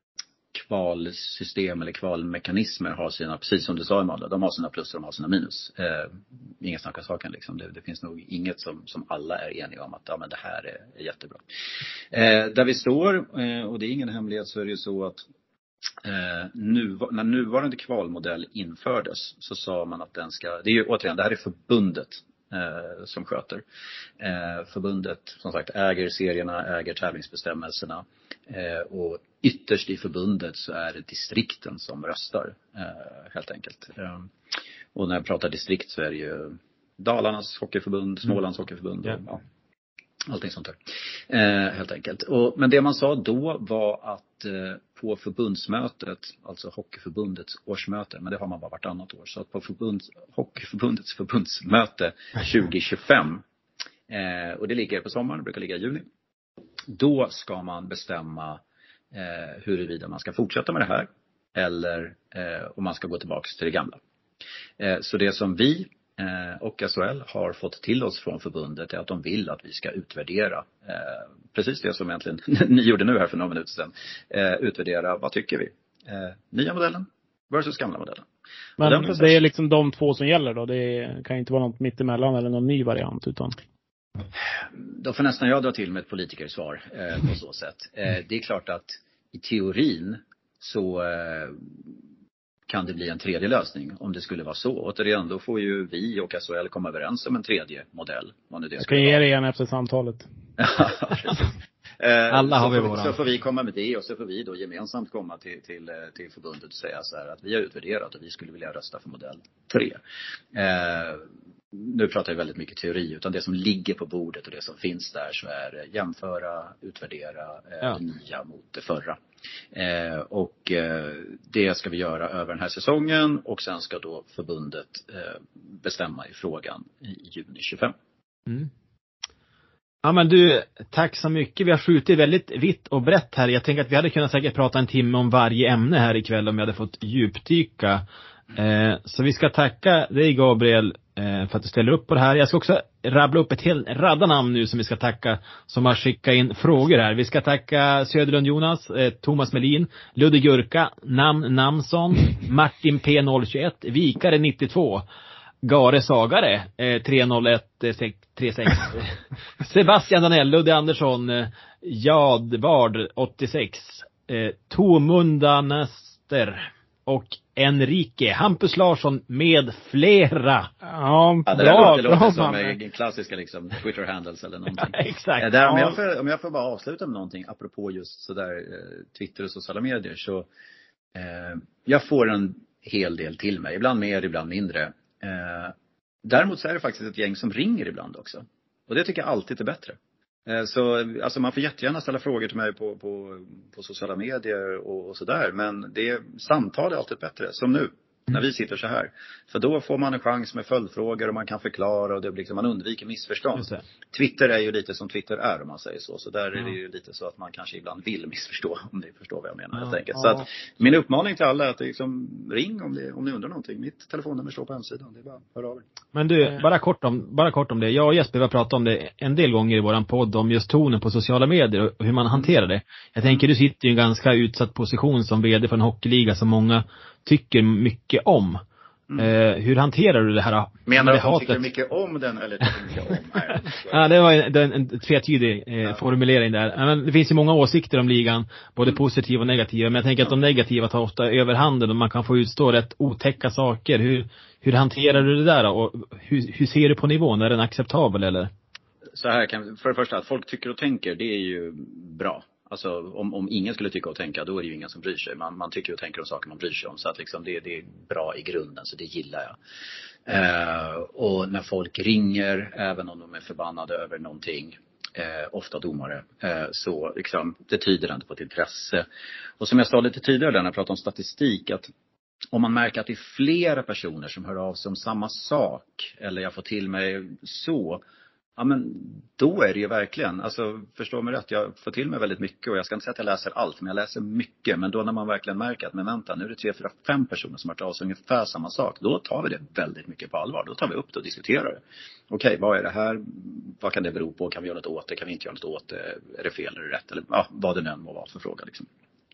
kvalsystem eller kvalmekanismer har sina, precis som du sa Emanuel, de har sina plus och de har sina minus. Eh, ingen snackar saken liksom. Det, det finns nog inget som, som alla är eniga om att ja, men det här är, är jättebra. Eh, där vi står, eh, och det är ingen hemlighet, så är det ju så att eh, nu, när nuvarande kvalmodell infördes så sa man att den ska, det är ju återigen, det här är förbundet eh, som sköter. Eh, förbundet som sagt äger serierna, äger tävlingsbestämmelserna. Eh, och ytterst i förbundet så är det distrikten som röstar eh, helt enkelt. Eh, och när jag pratar distrikt så är det ju Dalarnas hockeyförbund, Smålands hockeyförbund och mm. ja, allting sånt där. Eh, helt enkelt. Och, men det man sa då var att eh, på förbundsmötet, alltså hockeyförbundets årsmöte, men det har man bara vartannat år. Så att på förbunds, hockeyförbundets förbundsmöte tjugo tjugofem, eh, och det ligger på sommaren, det brukar ligga i juni. Då ska man bestämma eh, huruvida man ska fortsätta med det här eller eh, om man ska gå tillbaka till det gamla. Eh, så det som vi eh, och S H L har fått till oss från förbundet är att de vill att vi ska utvärdera eh, precis det som egentligen ni gjorde nu här för några minuter sedan. Eh, utvärdera, vad tycker vi? Eh, nya modellen versus gamla modellen. Men det är liksom de två som gäller då. Det kan inte vara något mittemellan eller någon ny variant utan. Då får nästan jag dra till med ett politikersvar eh, på så sätt. Eh, det är klart att i teorin så eh, kan det bli en tredje lösning om det skulle vara så. Återigen, då får ju vi och S H L komma överens om en tredje modell. Vad nu det jag kan ge det igen efter samtalet. Alla har vi så, våra. Så får vi komma med det och så får vi då gemensamt komma till, till, till förbundet och säga så här att vi har utvärderat och vi skulle vilja rösta för modell tre. Eh, nu pratar jag väldigt mycket teori, utan det som ligger på bordet och det som finns där så är jämföra, utvärdera eh, ja. det nya mot det förra. Eh, och eh, det ska vi göra över den här säsongen och sen ska då förbundet eh, bestämma i frågan i juni tjugofem. Mm. Ja men du, tack så mycket. Vi har skjutit väldigt vitt och brett här. Jag tänker att vi hade kunnat säkert prata en timme om varje ämne här ikväll om vi hade fått djupdyka. Eh, så vi ska tacka dig Gabriel eh, för att du ställer upp på det här. Jag ska också rabbla upp ett helt radda namn nu som vi ska tacka som har skickat in frågor här. Vi ska tacka Söderlund Jonas, eh, Thomas Melin, Ludde Gurka, Nam Namson, Martin P noll tjugoett, Vikare nittiotvå, Gare Sagare eh, tre noll ett tre sex, Sebastian Danell, Ludde Andersson, eh, Jadvard åttiosex, eh, Tomunda Näster och Enrique, Hampus Larsson med flera. Ja, ja det bra, låter, det låter bra, som en klassiska liksom Twitter-handles eller någonting. Ja, exakt. Där, om, jag får, om jag får bara avsluta med någonting apropå just sådär eh, Twitter och sociala medier så eh, jag får en hel del till mig. Ibland mer, ibland mindre. Eh, däremot så är det faktiskt ett gäng som ringer ibland också. Och det tycker jag alltid är bättre. Så alltså man får jättegärna ställa frågor till mig på, på, på sociala medier och, och sådär. Men det samtal är alltid bättre, som nu. När vi sitter så här. För då får man en chans med följdfrågor och man kan förklara och det blir liksom, man undviker missförstånd. Twitter är ju lite som Twitter är om man säger så. Så där är det ju lite så att man kanske ibland vill missförstå, om ni förstår vad jag menar helt enkelt. Så att min uppmaning till alla är att liksom, ring om, det, om ni undrar någonting. Mitt telefonnummer står på hemsidan. Det är bara hör av er. Men du, bara kort om, bara kort om det. Jag och Jesper har pratat om det en del gånger i våran podd om just tonen på sociala medier och hur man hanterar det. Jag tänker du sitter i en ganska utsatt position som vd för en hockeyliga som många tycker mycket om. Mm. Eh, hur hanterar du det här? Menar du att de tycker mycket om den eller tycker mycket om? Nej, ja, det var en, en, en tvetydig eh, ja. formulering där. Men det finns ju många åsikter om ligan, både mm. positiva och negativa. Men jag tänker att de negativa tar ofta överhanden och man kan få utstå rätt otäcka saker. Hur, hur hanterar du det där då? Och hur, hur ser du på nivån? Är den acceptabel eller? Så här kan, för det första, att folk tycker och tänker, det är ju bra. Alltså om, om ingen skulle tycka och tänka, då är det ju ingen som bryr sig. Man, man tycker och tänker om saker man bryr sig om. Så att liksom det, det är bra i grunden, så det gillar jag. Eh, och när folk ringer, även om de är förbannade över någonting, eh, ofta domare, eh, så liksom, det tyder ändå på ett intresse. Och som jag sa lite tidigare när jag pratade om statistik, att om man märker att det är flera personer som hör av sig om samma sak, eller jag får till mig så, ja men då är det ju verkligen, alltså förstå mig rätt, jag får till mig väldigt mycket och jag ska inte säga att jag läser allt, men jag läser mycket. Men då när man verkligen märker att, men vänta, nu är det tre, fyra, fem personer som har hört av sig ungefär samma sak, då tar vi det väldigt mycket på allvar. Då tar vi upp det och diskuterar det. Okej, vad är det här? Vad kan det bero på? Kan vi göra något åt det? Kan vi inte göra något åt det? Är det fel eller rätt? Eller ja, vad det nu än må vara för fråga liksom.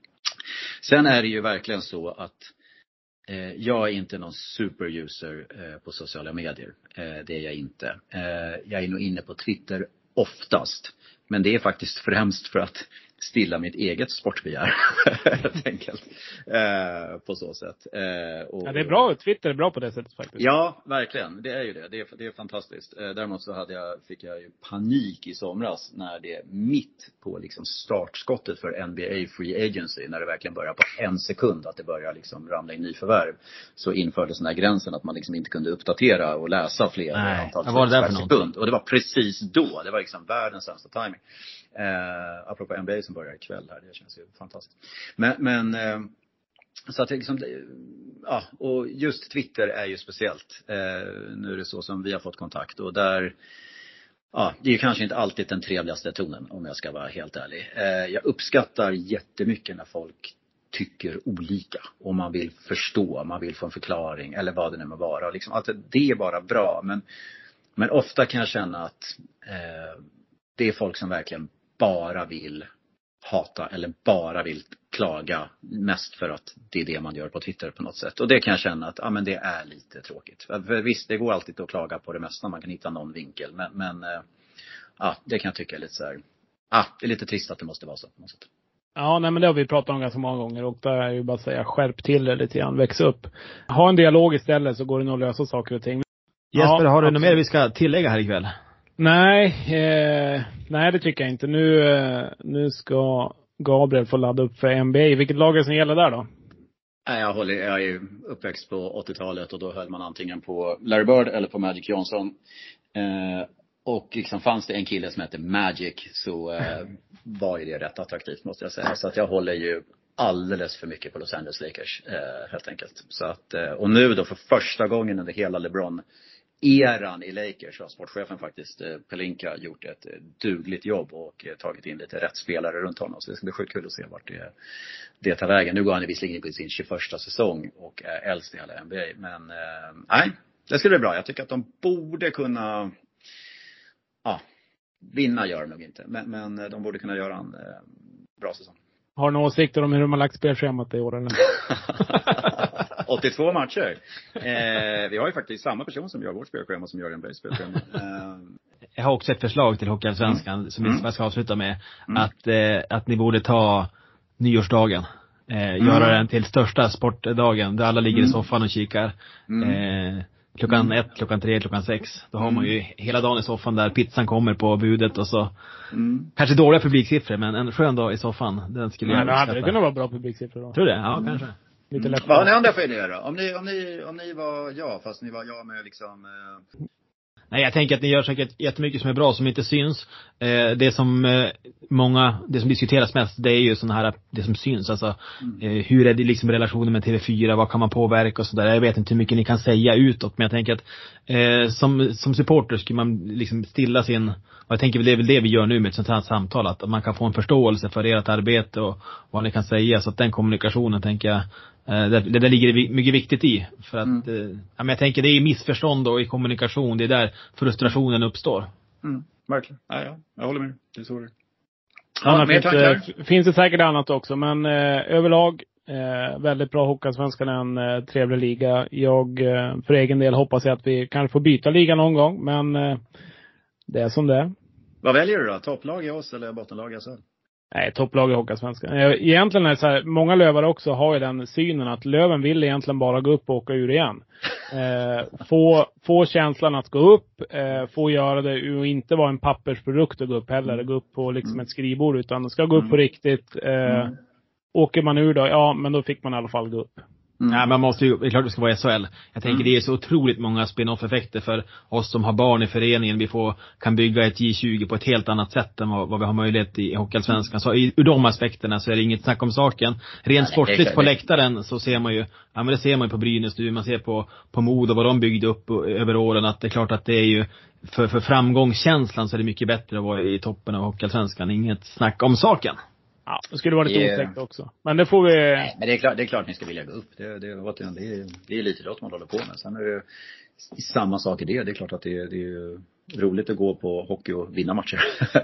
Sen är det ju verkligen så att jag är inte någon superuser på sociala medier. Det är jag inte. Jag är nog inne på Twitter oftast. Men det är faktiskt främst för att stilla mitt eget sportbegär. Helt enkelt. På så sätt. Och, ja, det är bra. Twitter är bra på det sättet faktiskt. Ja, verkligen. Det är ju det. Det är, det är fantastiskt. Däremot så hade jag, fick jag ju panik i somras när det mitt på liksom startskottet för N B A Free Agency, när det verkligen börjar på en sekund att det börjar liksom ramla in nyförvärv, så infördes den här gränsen att man liksom inte kunde uppdatera och läsa fler antal per sekund. Och det var precis då. Det var liksom världens sämsta timing. Eh, apropå N B A som börjar ikväll här, det känns ju fantastiskt. Men, men eh, så att det liksom, ja, och just Twitter är ju speciellt. Eh, nu är det så som vi har fått kontakt och där, ja, det är ju kanske inte alltid den trevligaste tonen om jag ska vara helt ärlig. Eh, jag uppskattar jättemycket när folk tycker olika. Och man vill förstå, man vill få en förklaring. Eller vad det nu må vara. Liksom, att det är bara bra. Men, men ofta kan jag känna att eh, det är folk som verkligen bara vill hata. Eller bara vill klaga. Mest för att det är det man gör på Twitter på något sätt. Och det kan jag känna att ja, men det är lite tråkigt. För visst, det går alltid att klaga på det mesta. Man kan hitta någon vinkel. Men, men eh, ja, det kan jag tycka är lite så här. Ja, det är lite trist att det måste vara så på något sätt. Ja, nej men det har vi pratat om ganska många gånger. Och där är ju bara att säga, skärp till det lite grann, väx upp. Ha en dialog istället så går det nog att lösa saker och ting. Jesper, ja, har du något mer vi ska tillägga här ikväll? Nej, eh, nej det tycker jag inte. Nu, eh, nu ska Gabriel få ladda upp för N B A. Vilket lag är det som gäller där då? Jag, håller, jag är uppväxt på åttiotalet och då höll man antingen på Larry Bird eller på Magic Johnson. Eh, och liksom fanns det en kille som heter Magic så eh, var ju det rätt attraktivt måste jag säga. Så att jag håller ju alldeles för mycket på Los Angeles Lakers eh, helt enkelt. Så att, eh, och nu då för första gången under hela LeBron-eran i Lakers har sportchefen faktiskt eh, Pelinka gjort ett eh, dugligt jobb och eh, tagit in lite rätt spelare runt honom. Så det ska bli sjukt kul att se vart det, det tar vägen. Nu går han visserligen in på sin tjugoförsta säsong och är äldst i hela N B A. Men eh, nej, det skulle bli bra. Jag tycker att de borde kunna... Ja, vinna gör de nog inte. Men, men de borde kunna göra en eh, bra säsong. Har ni åsikter om hur de har lagt spelschemat i år eller? åttiotvå matcher. Eh, vi har ju faktiskt samma person som gör vårt spelschema som gör en bra spelschema. Eh. Jag har också ett förslag till Hockeyallsvenskan mm. som mm. jag ska avsluta med. Mm. Att, eh, att ni borde ta nyårsdagen. Eh, mm. Göra den till största sportdagen. Där alla ligger mm. i soffan och kikar. Mm. Eh, Klockan mm. ett, klockan tre, klockan sex. Då har man ju hela dagen i soffan där pizzan kommer på budet och så. Mm. Kanske dåliga publiksiffror, men en skön dag i soffan. Den skulle jag uppskatta. Ja, det hade kunnat vara bra publiksiffror då. Tror du det? Ja, mm. kanske. Lite lätt. Vad har ni andra för idéer då? Om ni, om ni, om ni var ja, fast ni var ja med liksom... Eh... Nej, jag tänker att ni gör säkert jättemycket som är bra som inte syns. Eh, det som eh, många, det som diskuteras mest, det är ju sån här, det som syns. Alltså, mm. eh, hur är det liksom relationen med T V fyra? Vad kan man påverka och sådär? Jag vet inte hur mycket ni kan säga utåt, men jag tänker att eh, som, som supporter skulle man liksom stilla sin, och jag tänker väl det är väl det vi gör nu med ett sånt här samtal, att man kan få en förståelse för ert arbete och vad ni kan säga. Så att den kommunikationen tänker jag, Det, det där ligger det mycket viktigt i. För att, mm. eh, ja, men jag tänker det är missförstånd och i kommunikation. Det är där frustrationen uppstår. Mm, verkligen. Ja, ja, jag håller med. Det är så det är. Ja, finns, det, finns det säkert annat också. Men eh, överlag eh, väldigt bra Hockeyallsvenskan, en eh, trevlig liga. Jag eh, för egen del hoppas jag att vi kanske får byta liga någon gång. Men eh, det är som det är. Vad väljer du då? Topplag i oss eller bottenlag i S H L? Nej, topplag i Hockeyallsvenskan. Egentligen är det så här, många lövare också har ju den synen att Löven vill egentligen bara gå upp och åka ur igen. Eh, få, få känslan att gå upp, eh, få göra det och inte vara en pappersprodukt att gå upp heller. Gå upp på liksom ett skrivbord, utan ska gå upp på riktigt. Eh, åker man ur då, ja men då fick man i alla fall gå upp. Mm. Ja, man måste ju, det är klart det ska vara S H L. Jag tänker mm. det är så otroligt många spin-off-effekter för oss som har barn i föreningen. Vi får, kan bygga ett J tjugo på ett helt annat sätt än vad, vad vi har möjlighet i Hockeyallsvenskan. Så i, ur de aspekterna så är det inget snack om saken. Rent ja, sportligt på läktaren så ser man ju, ja men det ser man ju på Brynäs nu. Man ser på, på Modo vad de byggde upp över åren, att det är klart att det är ju för, för framgångskänslan så är det mycket bättre att vara i toppen av Hockeyallsvenskan. Inget snack om saken. Ja, det skulle vara lite yeah. otäckt också. Men det får vi... Nej, men det är klart, det är klart ni ska vilja gå upp. Det, det, det, är, det är lite rått man håller på med. Sen är det samma sak i det. Det är klart att det, det är roligt att gå på hockey och vinna matcher.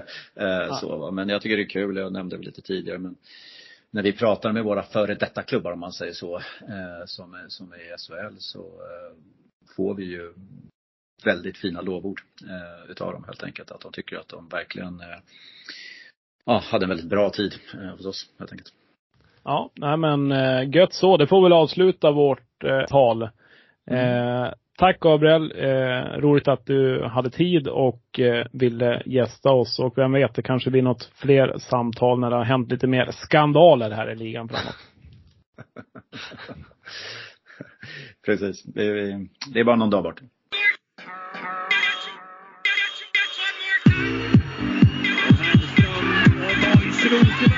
ja. så, va? Men jag tycker det är kul. Jag nämnde det lite tidigare. Men när vi pratar med våra före detta klubbar, om man säger så, eh, som, är, som är i S H L, så eh, får vi ju väldigt fina lovord eh, utav dem helt enkelt. Att de tycker att de verkligen... Eh, Ja, hade en väldigt bra tid eh, hos oss, helt enkelt. Ja, nej men eh, gött så. Det får väl avsluta vårt eh, tal. Eh, mm. Tack Gabriel. Eh, roligt att du hade tid och eh, ville gästa oss. Och vem vet, det kanske blir något fler samtal när det har hänt lite mer skandaler här i ligan framåt. Precis. Det är, det är bara någon dag bort. Through